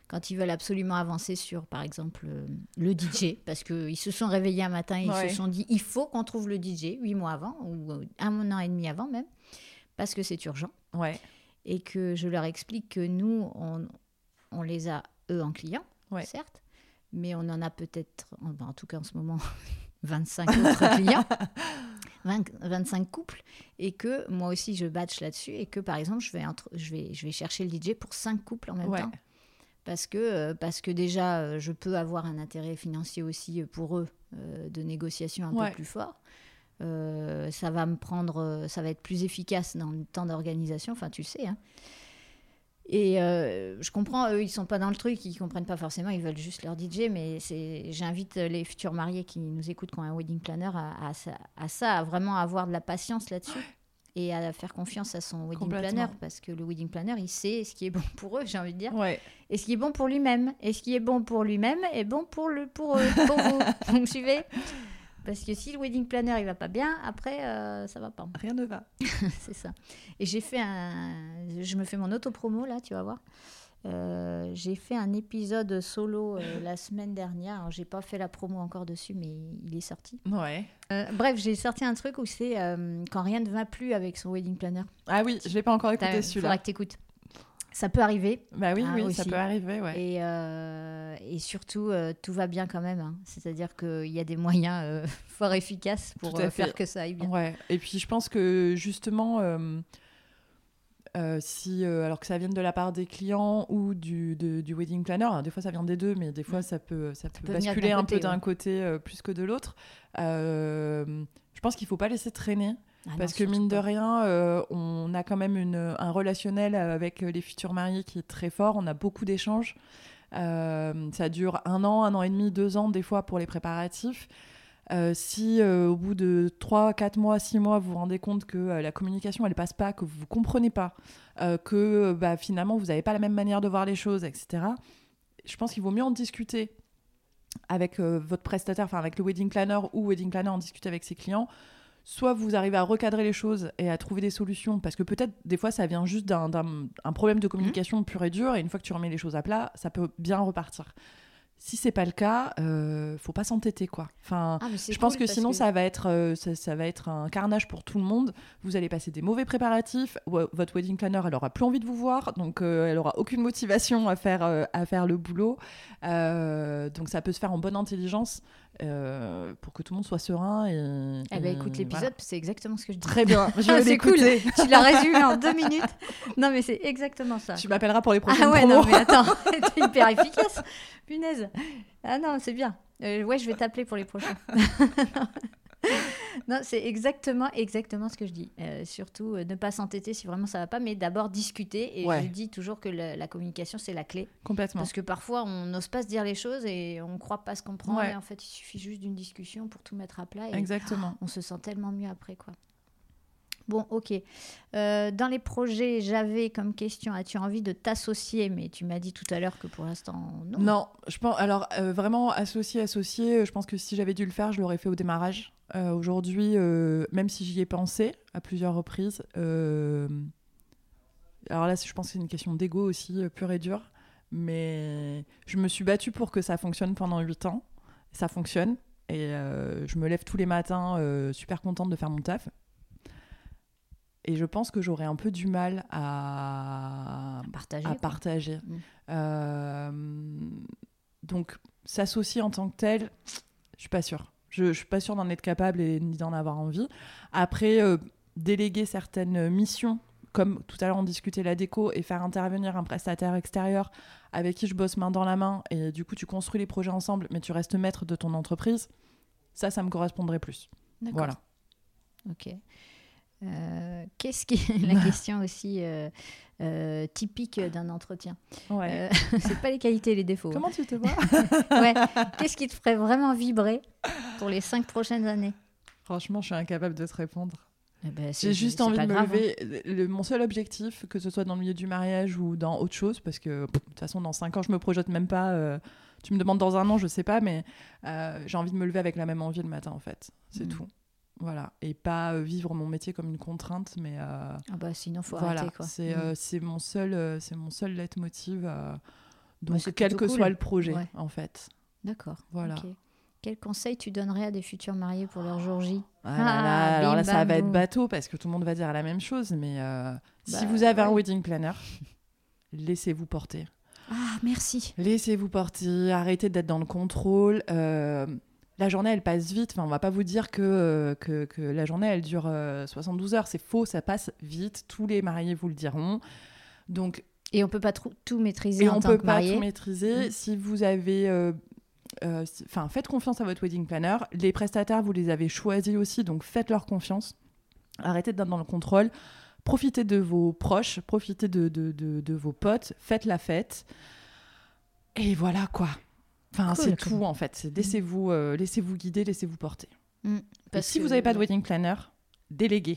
quand ils veulent absolument avancer sur, par exemple, euh, le D J, parce qu'ils se sont réveillés un matin et ils Ouais. se sont dit, il faut qu'on trouve le D J, huit mois avant, ou un an et demi avant même, parce que c'est urgent. Ouais. Et que je leur explique que nous, on, on les a, eux, en client, Ouais. certes, mais on en a peut-être, en, en tout cas en ce moment, vingt-cinq autres clients, vingt, vingt-cinq couples, et que moi aussi, je batch là-dessus, et que, par exemple, je vais, entre, je vais, je vais chercher le D J pour cinq couples en même Ouais. temps. Parce que, euh, parce que déjà, euh, je peux avoir un intérêt financier aussi pour eux, euh, de négociation un Ouais. peu plus fort. Euh, ça va me prendre, ça va être plus efficace dans le temps d'organisation, enfin tu le sais. Hein. Et euh, je comprends, eux ils sont pas dans le truc, ils comprennent pas forcément, ils veulent juste leur D J, mais c'est, j'invite les futurs mariés qui nous écoutent, qui ont un wedding planner, à, à, à ça, à vraiment avoir de la patience là-dessus. Et à faire confiance à son wedding planner, parce que le wedding planner, il sait ce qui est bon pour eux, j'ai envie de dire, Ouais. et ce qui est bon pour lui-même. Et ce qui est bon pour lui-même est bon pour, le, pour, euh, pour vous. Vous me suivez ? Parce que si le wedding planner, il va pas bien, après, euh, ça va pas. Rien ne va. C'est ça. Et j'ai fait un... Je me fais mon auto-promo, là, tu vas voir. Euh, j'ai fait un épisode solo euh, la semaine dernière. Alors, j'ai pas fait la promo encore dessus, mais il est sorti. Ouais. Euh, bref, j'ai sorti un truc où c'est euh, quand rien ne va plus avec son wedding planner. Ah oui, je l'ai pas encore écouté T'as, celui-là. Faudra que t'écoutes. Ça peut arriver. Bah oui, hein, oui, aussi. ça peut arriver, ouais. Et, euh, et surtout, euh, tout va bien quand même. Hein. C'est-à-dire qu'il y a des moyens euh, fort efficaces pour euh, faire que ça aille bien. Ouais. Et puis, je pense que justement, euh, euh, si, euh, alors que ça vienne de la part des clients ou du, de, du wedding planner, hein, des fois ça vient des deux, mais des fois ça peut, ça peut, ça peut basculer un côté, peu d'un ouais. côté euh, plus que de l'autre. Euh, je pense qu'il ne faut pas laisser traîner. Ah parce non, que mine pas. de rien, euh, on a quand même une, un relationnel avec les futurs mariés qui est très fort. On a beaucoup d'échanges. Euh, ça dure un an, un an et demi, deux ans des fois pour les préparatifs. Euh, si euh, au bout de trois, quatre mois, six mois, vous vous rendez compte que euh, la communication elle passe pas, que vous ne comprenez pas, euh, que bah, finalement vous n'avez pas la même manière de voir les choses, et cetera. Je pense qu'il vaut mieux en discuter avec euh, votre prestataire, enfin avec le wedding planner ou wedding planner, en discuter avec ses clients. Soit vous arrivez à recadrer les choses et à trouver des solutions, parce que peut-être des fois ça vient juste d'un, d'un un problème de communication mmh. pur et dur, et une fois que tu remets les choses à plat, ça peut bien repartir. Si c'est pas le cas, euh, faut pas s'entêter quoi. Enfin, ah, je pense cool que sinon que... ça va être euh, ça, ça va être un carnage pour tout le monde. Vous allez passer des mauvais préparatifs. Votre wedding planner, elle aura plus envie de vous voir, donc euh, elle aura aucune motivation à faire euh, à faire le boulot. Euh, donc ça peut se faire en bonne intelligence euh, pour que tout le monde soit serein. Et, eh ben et écoute l'épisode, voilà. C'est exactement ce que je dis. Très bien, je vais c'est l'écouter. Cool. Tu l'as résumé en deux minutes. Non mais c'est exactement ça. Tu m'appelleras pour les prochaines ah ouais, promos. Non mais attends, t'es hyper efficace. Punaise. Ah non, c'est bien. Euh, ouais, je vais t'appeler pour les prochains. Non, c'est exactement, exactement ce que je dis. Euh, surtout, euh, ne pas s'entêter si vraiment ça va pas, mais d'abord discuter. Et ouais. je dis toujours que le, la communication, c'est la clé. Complètement. Parce que parfois, on n'ose pas se dire les choses et on croit pas se comprendre. Ouais. Et en fait, il suffit juste d'une discussion pour tout mettre à plat. Et exactement. Oh, on se sent tellement mieux après, quoi. Bon, ok. Euh, dans les projets, j'avais comme question, as-tu envie de t'associer ? Mais tu m'as dit tout à l'heure que pour l'instant, non. Non, je pense. Alors, euh, vraiment, associer, associer, je pense que si j'avais dû le faire, je l'aurais fait au démarrage. Euh, aujourd'hui, euh, même si j'y ai pensé à plusieurs reprises, euh... alors là, je pense que c'est une question d'ego aussi, euh, pure et dure. Mais je me suis battue pour que ça fonctionne pendant huit ans. Ça fonctionne. Et euh, je me lève tous les matins euh, super contente de faire mon taf. Et je pense que j'aurais un peu du mal à, à partager. À partager. Mmh. Euh, donc, s'associer en tant que tel, je suis pas sûre. Je, je suis pas sûre d'en être capable et ni d'en avoir envie. Après, euh, déléguer certaines missions, comme tout à l'heure on discutait la déco, et faire intervenir un prestataire extérieur avec qui je bosse main dans la main, et du coup tu construis les projets ensemble, mais tu restes maître de ton entreprise, ça, ça me correspondrait plus. D'accord. Voilà. Ok. Euh, qu'est-ce qui est la question aussi euh, euh, typique d'un entretien. Ouais. Euh, c'est pas les qualités et les défauts. Comment tu te vois? Ouais. Qu'est-ce qui te ferait vraiment vibrer pour les cinq prochaines années? Franchement, je suis incapable de te répondre. Eh ben, J'ai juste c'est envie de me grave, lever. Hein. Le, mon seul objectif, que ce soit dans le milieu du mariage ou dans autre chose, parce que pff, de toute façon, dans cinq ans, je me projette même pas. Euh, tu me demandes dans un an, je sais pas, mais euh, j'ai envie de me lever avec la même envie le matin, en fait. C'est mmh. tout. Voilà, et pas euh, vivre mon métier comme une contrainte, mais euh, ah bah sinon faut voilà, arrêter quoi. C'est, mmh. euh, c'est mon seul, euh, c'est mon seul leitmotiv. Euh, Donc, c'est quel que cool. soit le projet, ouais. en fait. D'accord. Voilà. Okay. Quel conseil tu donnerais à des futurs mariés pour leur jour J? Ah là là, ah, alors bim, là, bam, ça va boum. être bateau parce que tout le monde va dire la même chose. Mais euh, bah, si vous avez ouais. un wedding planner, laissez-vous porter. Ah, merci. Laissez-vous porter, arrêtez d'être dans le contrôle. Euh, la journée, elle passe vite. Enfin, on va pas vous dire que, euh, que, que la journée, elle dure euh, soixante-douze heures. C'est faux, ça passe vite. Tous les mariés vous le diront. Donc, et on peut pas tr- tout maîtriser et en on tant peut que pas marié. tout maîtriser. Mmh. Si vous avez... Euh, euh, si, faites confiance à votre wedding planner. Les prestataires, vous les avez choisis aussi, donc faites-leur confiance. Arrêtez d'être dans le contrôle. Profitez de vos proches, profitez de, de, de, de vos potes, faites la fête. Et voilà quoi. Enfin, Cool, c'est cool. tout en fait. C'est laissez-vous, euh, laissez-vous guider, laissez-vous porter. Mmh, Et si que... vous n'avez pas de wedding planner, déléguez.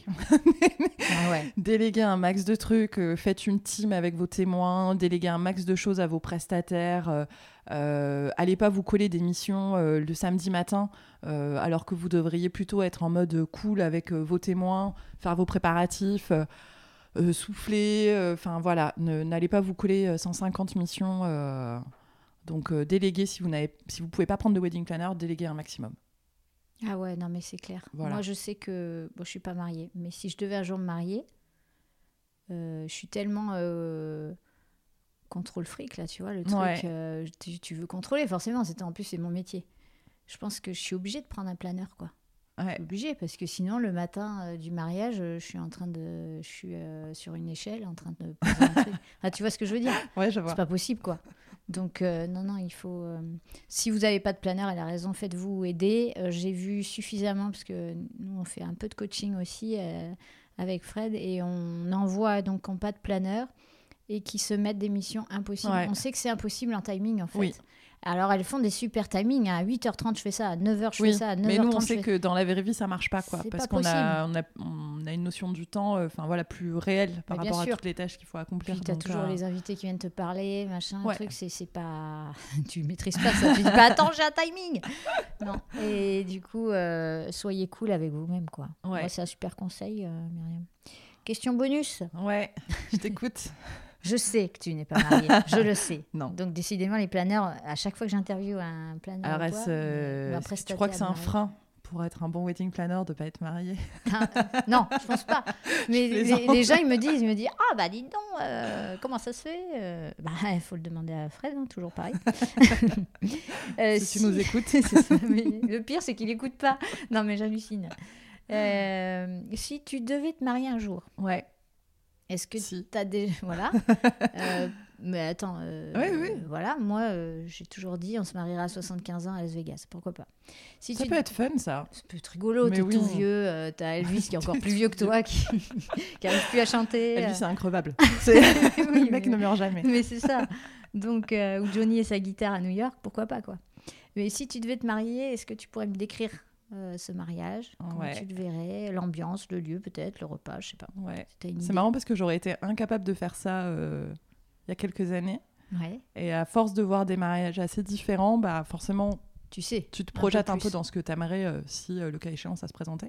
ah ouais. Déléguez un max de trucs, euh, faites une team avec vos témoins, déléguez un max de choses à vos prestataires. Euh, euh, allez pas vous coller des missions euh, le samedi matin, euh, alors que vous devriez plutôt être en mode cool avec euh, vos témoins, faire vos préparatifs. Euh, Euh, souffler, enfin euh, voilà, ne, n'allez pas vous coller euh, cent cinquante missions. Euh, donc euh, déléguez si vous n'avez, si vous pouvez pas prendre de wedding planner, déléguez un maximum. Ah ouais, non mais c'est clair. Voilà. Moi je sais que, bon je suis pas mariée, mais si je devais un jour me marier, euh, je suis tellement euh, contrôle fric là, tu vois, le truc, ouais. euh, tu, tu veux contrôler forcément, c'est, en plus c'est mon métier. Je pense que je suis obligée de prendre un planeur quoi. Ouais. Obligée, parce que sinon le matin euh, du mariage je suis en train de je suis euh, sur une échelle en train de poser un truc. Ah, tu vois ce que je veux dire? Ouais, je vois. C'est pas possible quoi. Donc euh, non non il faut euh, si vous n'avez pas de planeur, elle a raison, faites-vous aider. Euh, j'ai vu suffisamment parce que nous on fait un peu de coaching aussi euh, avec Fred et on envoie donc qui n'ont pas de planeur et qui se mettent des missions impossibles. Ouais. On sait que c'est impossible en timing en fait. Oui. Alors, elles font des super timings. À huit heures trente, je fais ça. À neuf heures, je oui, fais ça. À neuf heures trente, mais nous, on sait fais... que dans la vraie vie, ça marche pas, quoi. C'est parce pas qu'on a, on a, on a une notion du temps enfin euh, voilà, plus réelle par mais rapport sûr. à toutes les tâches qu'il faut accomplir. Tu as toujours euh... les invités qui viennent te parler, machin, ouais. truc. C'est, c'est pas... tu maîtrises pas ça. Tu dis pas, attends, j'ai un timing. Non. Et du coup, euh, soyez cool avec vous-même, quoi. Ouais. Moi, c'est un super conseil, euh, Myriam. Question bonus. Ouais, je t'écoute. Je sais que tu n'es pas mariée, je le sais. Non. Donc, décidément, les planeurs, à chaque fois que j'interviewe un planeur, alors, quoi, euh, est-ce que tu crois que c'est un frein pour être un bon wedding planner de ne pas être marié? Ah, non, je pense pas. Mais les, les gens, ils me disent, ils me disent, ah bah dis donc, euh, comment ça se fait? euh, Bah, il faut le demander à Fred, hein, toujours pareil. euh, si, si tu nous écoutes. C'est ça, mais le pire, c'est qu'il n'écoute pas. Non, mais j'hallucine. Euh, si tu devais te marier un jour, ouais. Est-ce que si. tu as des... Voilà. euh, mais attends. Euh, oui, oui. Euh, voilà, moi, euh, j'ai toujours dit, on se mariera à soixante-quinze ans à Las Vegas. Pourquoi pas? Si ça tu... peut être fun, ça. Ça peut être rigolo. Mais t'es oui. tout vieux. Euh, t'as Elvis qui est encore plus vieux que toi, qui n'arrive plus à chanter. Elvis, c'est increvable. C'est... oui, le mec mais... ne meurt jamais. Mais c'est ça. Donc, euh, ou Johnny et sa guitare à New York, pourquoi pas, quoi. Mais si tu devais te marier, est-ce que tu pourrais me décrire Euh, ce mariage, comment ouais. tu le verrais, l'ambiance, le lieu peut-être, le repas, je sais pas. Ouais. Si c'est marrant parce que j'aurais été incapable de faire ça euh, il y a quelques années. Ouais. Et à force de voir des mariages assez différents, bah forcément, tu sais, tu te projettes un peu, un peu dans ce que tu aimerais euh, si euh, le cas échéant ça se présentait.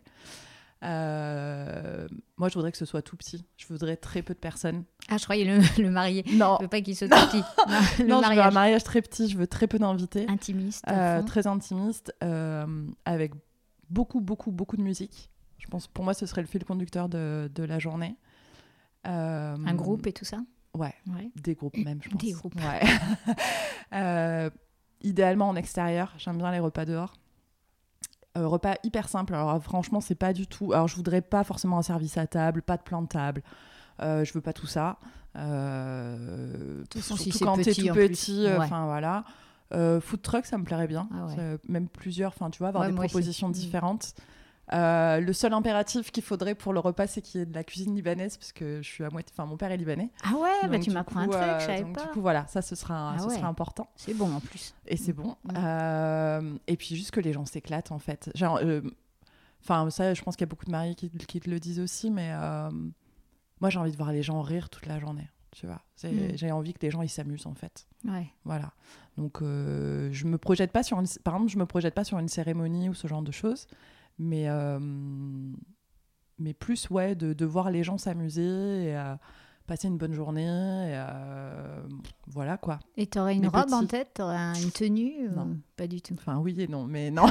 Euh, moi, je voudrais que ce soit tout petit. Je voudrais très peu de personnes. Ah, je croyais le, le marié. Non. Je veux pas qu'il soit tout petit. Non, le non mariage. je veux un mariage très petit. Je veux très peu d'invités. Intimiste. Euh, très intimiste, euh, avec beaucoup, beaucoup, beaucoup de musique. Je pense, pour moi, ce serait le fil conducteur de, de la journée. Euh, un groupe et tout ça? Ouais, ouais. Des groupes même, je pense. Des groupes. Ouais. euh, idéalement en extérieur. J'aime bien les repas dehors. Euh, repas hyper simple. Alors franchement, c'est pas du tout... Alors je voudrais pas forcément un service à table, pas de plan de table. Euh, je veux pas tout ça. Euh, de toute façon, surtout si c'est quand petit, t'es tout petit. Enfin, ouais. voilà. Euh, food truck, ça me plairait bien. Ah ouais. euh, même plusieurs, enfin tu vois, avoir ouais, des propositions aussi. différentes. Euh, le seul impératif qu'il faudrait pour le repas, c'est qu'il y ait de la cuisine libanaise, parce que je suis à moitié, enfin mon père est libanais. Ah ouais, donc, bah tu m'apprends coup, un truc, euh, je savais donc, pas. Du coup voilà, ça ce sera, ah ce ouais. sera important. C'est bon en plus. Et c'est bon. Mmh. Euh, et puis juste que les gens s'éclatent en fait. Genre, enfin euh, ça, je pense qu'il y a beaucoup de mariés qui, qui te le disent aussi, mais euh, moi j'ai envie de voir les gens rire toute la journée. Tu vois, c'est, mmh. j'ai envie que les gens ils s'amusent en fait. Ouais. Voilà. Donc euh, je me projette pas sur une, par exemple, je me projette pas sur une cérémonie ou ce genre de choses, mais euh, mais plus ouais de, de voir les gens s'amuser et euh, passer une bonne journée. Et, euh, voilà quoi. Et t'aurais une Les robe petits. en tête, t'aurais un- une tenue Non. ou pas du tout? Enfin, oui et non, mais non.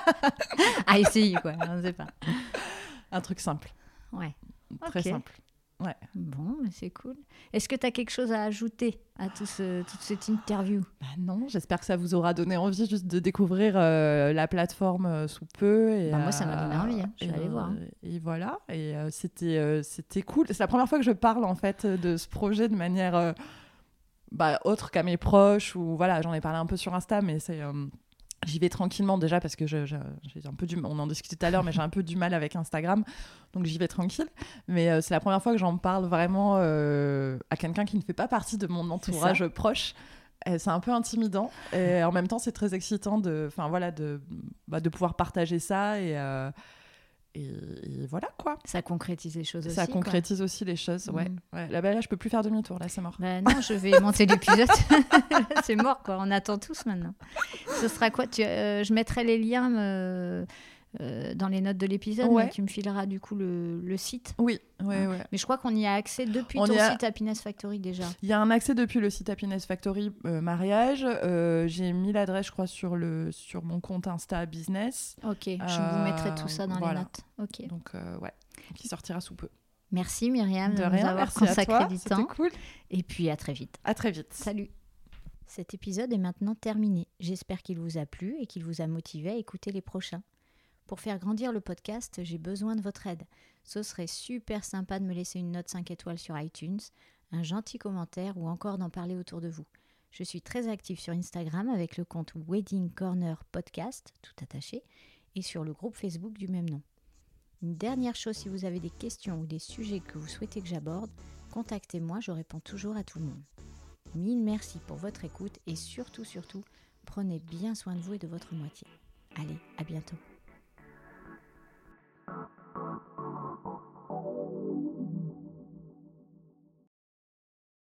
À essayer quoi, on ne sait pas. Un truc simple, Ouais. très Ok. simple. Ouais. Bon, mais c'est cool. Est-ce que tu as quelque chose à ajouter à tout ce, toute cette interview? Bah non, j'espère que ça vous aura donné envie juste de découvrir euh, la plateforme euh, sous peu. Et, Bah, moi, ça m'a donné euh, envie, hein. Je vais et, aller voir, hein. Et voilà, et euh, c'était, euh, c'était cool. C'est la première fois que je parle en fait de ce projet de manière euh, bah, autre qu'à mes proches. Ou voilà, j'en ai parlé un peu sur Insta, mais c'est... euh, J'y vais tranquillement déjà parce que je, je- j'ai un peu du, on en discutait tout à l'heure, mais j'ai un peu du mal avec Instagram, donc j'y vais tranquille. Mais euh, c'est la première fois que j'en parle vraiment euh, à quelqu'un qui ne fait pas partie de mon entourage proche. Et c'est un peu intimidant et en même temps c'est très excitant de, enfin voilà, de, bah, de pouvoir partager ça et, euh, et, et voilà quoi. Ça concrétise les choses aussi. Ça quoi. concrétise aussi les choses, ouais. Mm. ouais. Là, bah, là je peux plus faire demi-tour, là c'est mort. Bah non, je vais monter l'épisode. C'est mort, quoi. On attend tous maintenant. Ce sera quoi tu, euh, Je mettrai les liens euh, euh, dans les notes de l'épisode, Ouais. mais tu me fileras du coup le, le site. Oui, ouais, Hein. ouais. Mais je crois qu'on y a accès depuis On ton y a- site Happiness Factory déjà. Il y a un accès depuis le site Happiness Factory euh, mariage. Euh, j'ai mis l'adresse, je crois, sur, le, sur mon compte Insta Business. Ok, je Euh, vous mettrai tout ça dans voilà. les notes. Ok. Donc, euh, ouais, qui sortira sous peu. Merci Myriam de, De nous rien, avoir merci à consacré toi, du c'était temps. cool. Et puis à très vite. À très vite. Salut. Cet épisode est maintenant terminé. J'espère qu'il vous a plu et qu'il vous a motivé à écouter les prochains. Pour faire grandir le podcast, j'ai besoin de votre aide. Ce serait super sympa de me laisser une note cinq étoiles sur iTunes, un gentil commentaire ou encore d'en parler autour de vous. Je suis très active sur Instagram avec le compte Wedding Corner Podcast, tout attaché, et sur le groupe Facebook du même nom. Une dernière chose, si vous avez des questions ou des sujets que vous souhaitez que j'aborde, contactez-moi, je réponds toujours à tout le monde. Mille merci pour votre écoute et surtout, surtout, prenez bien soin de vous et de votre moitié. Allez, à bientôt.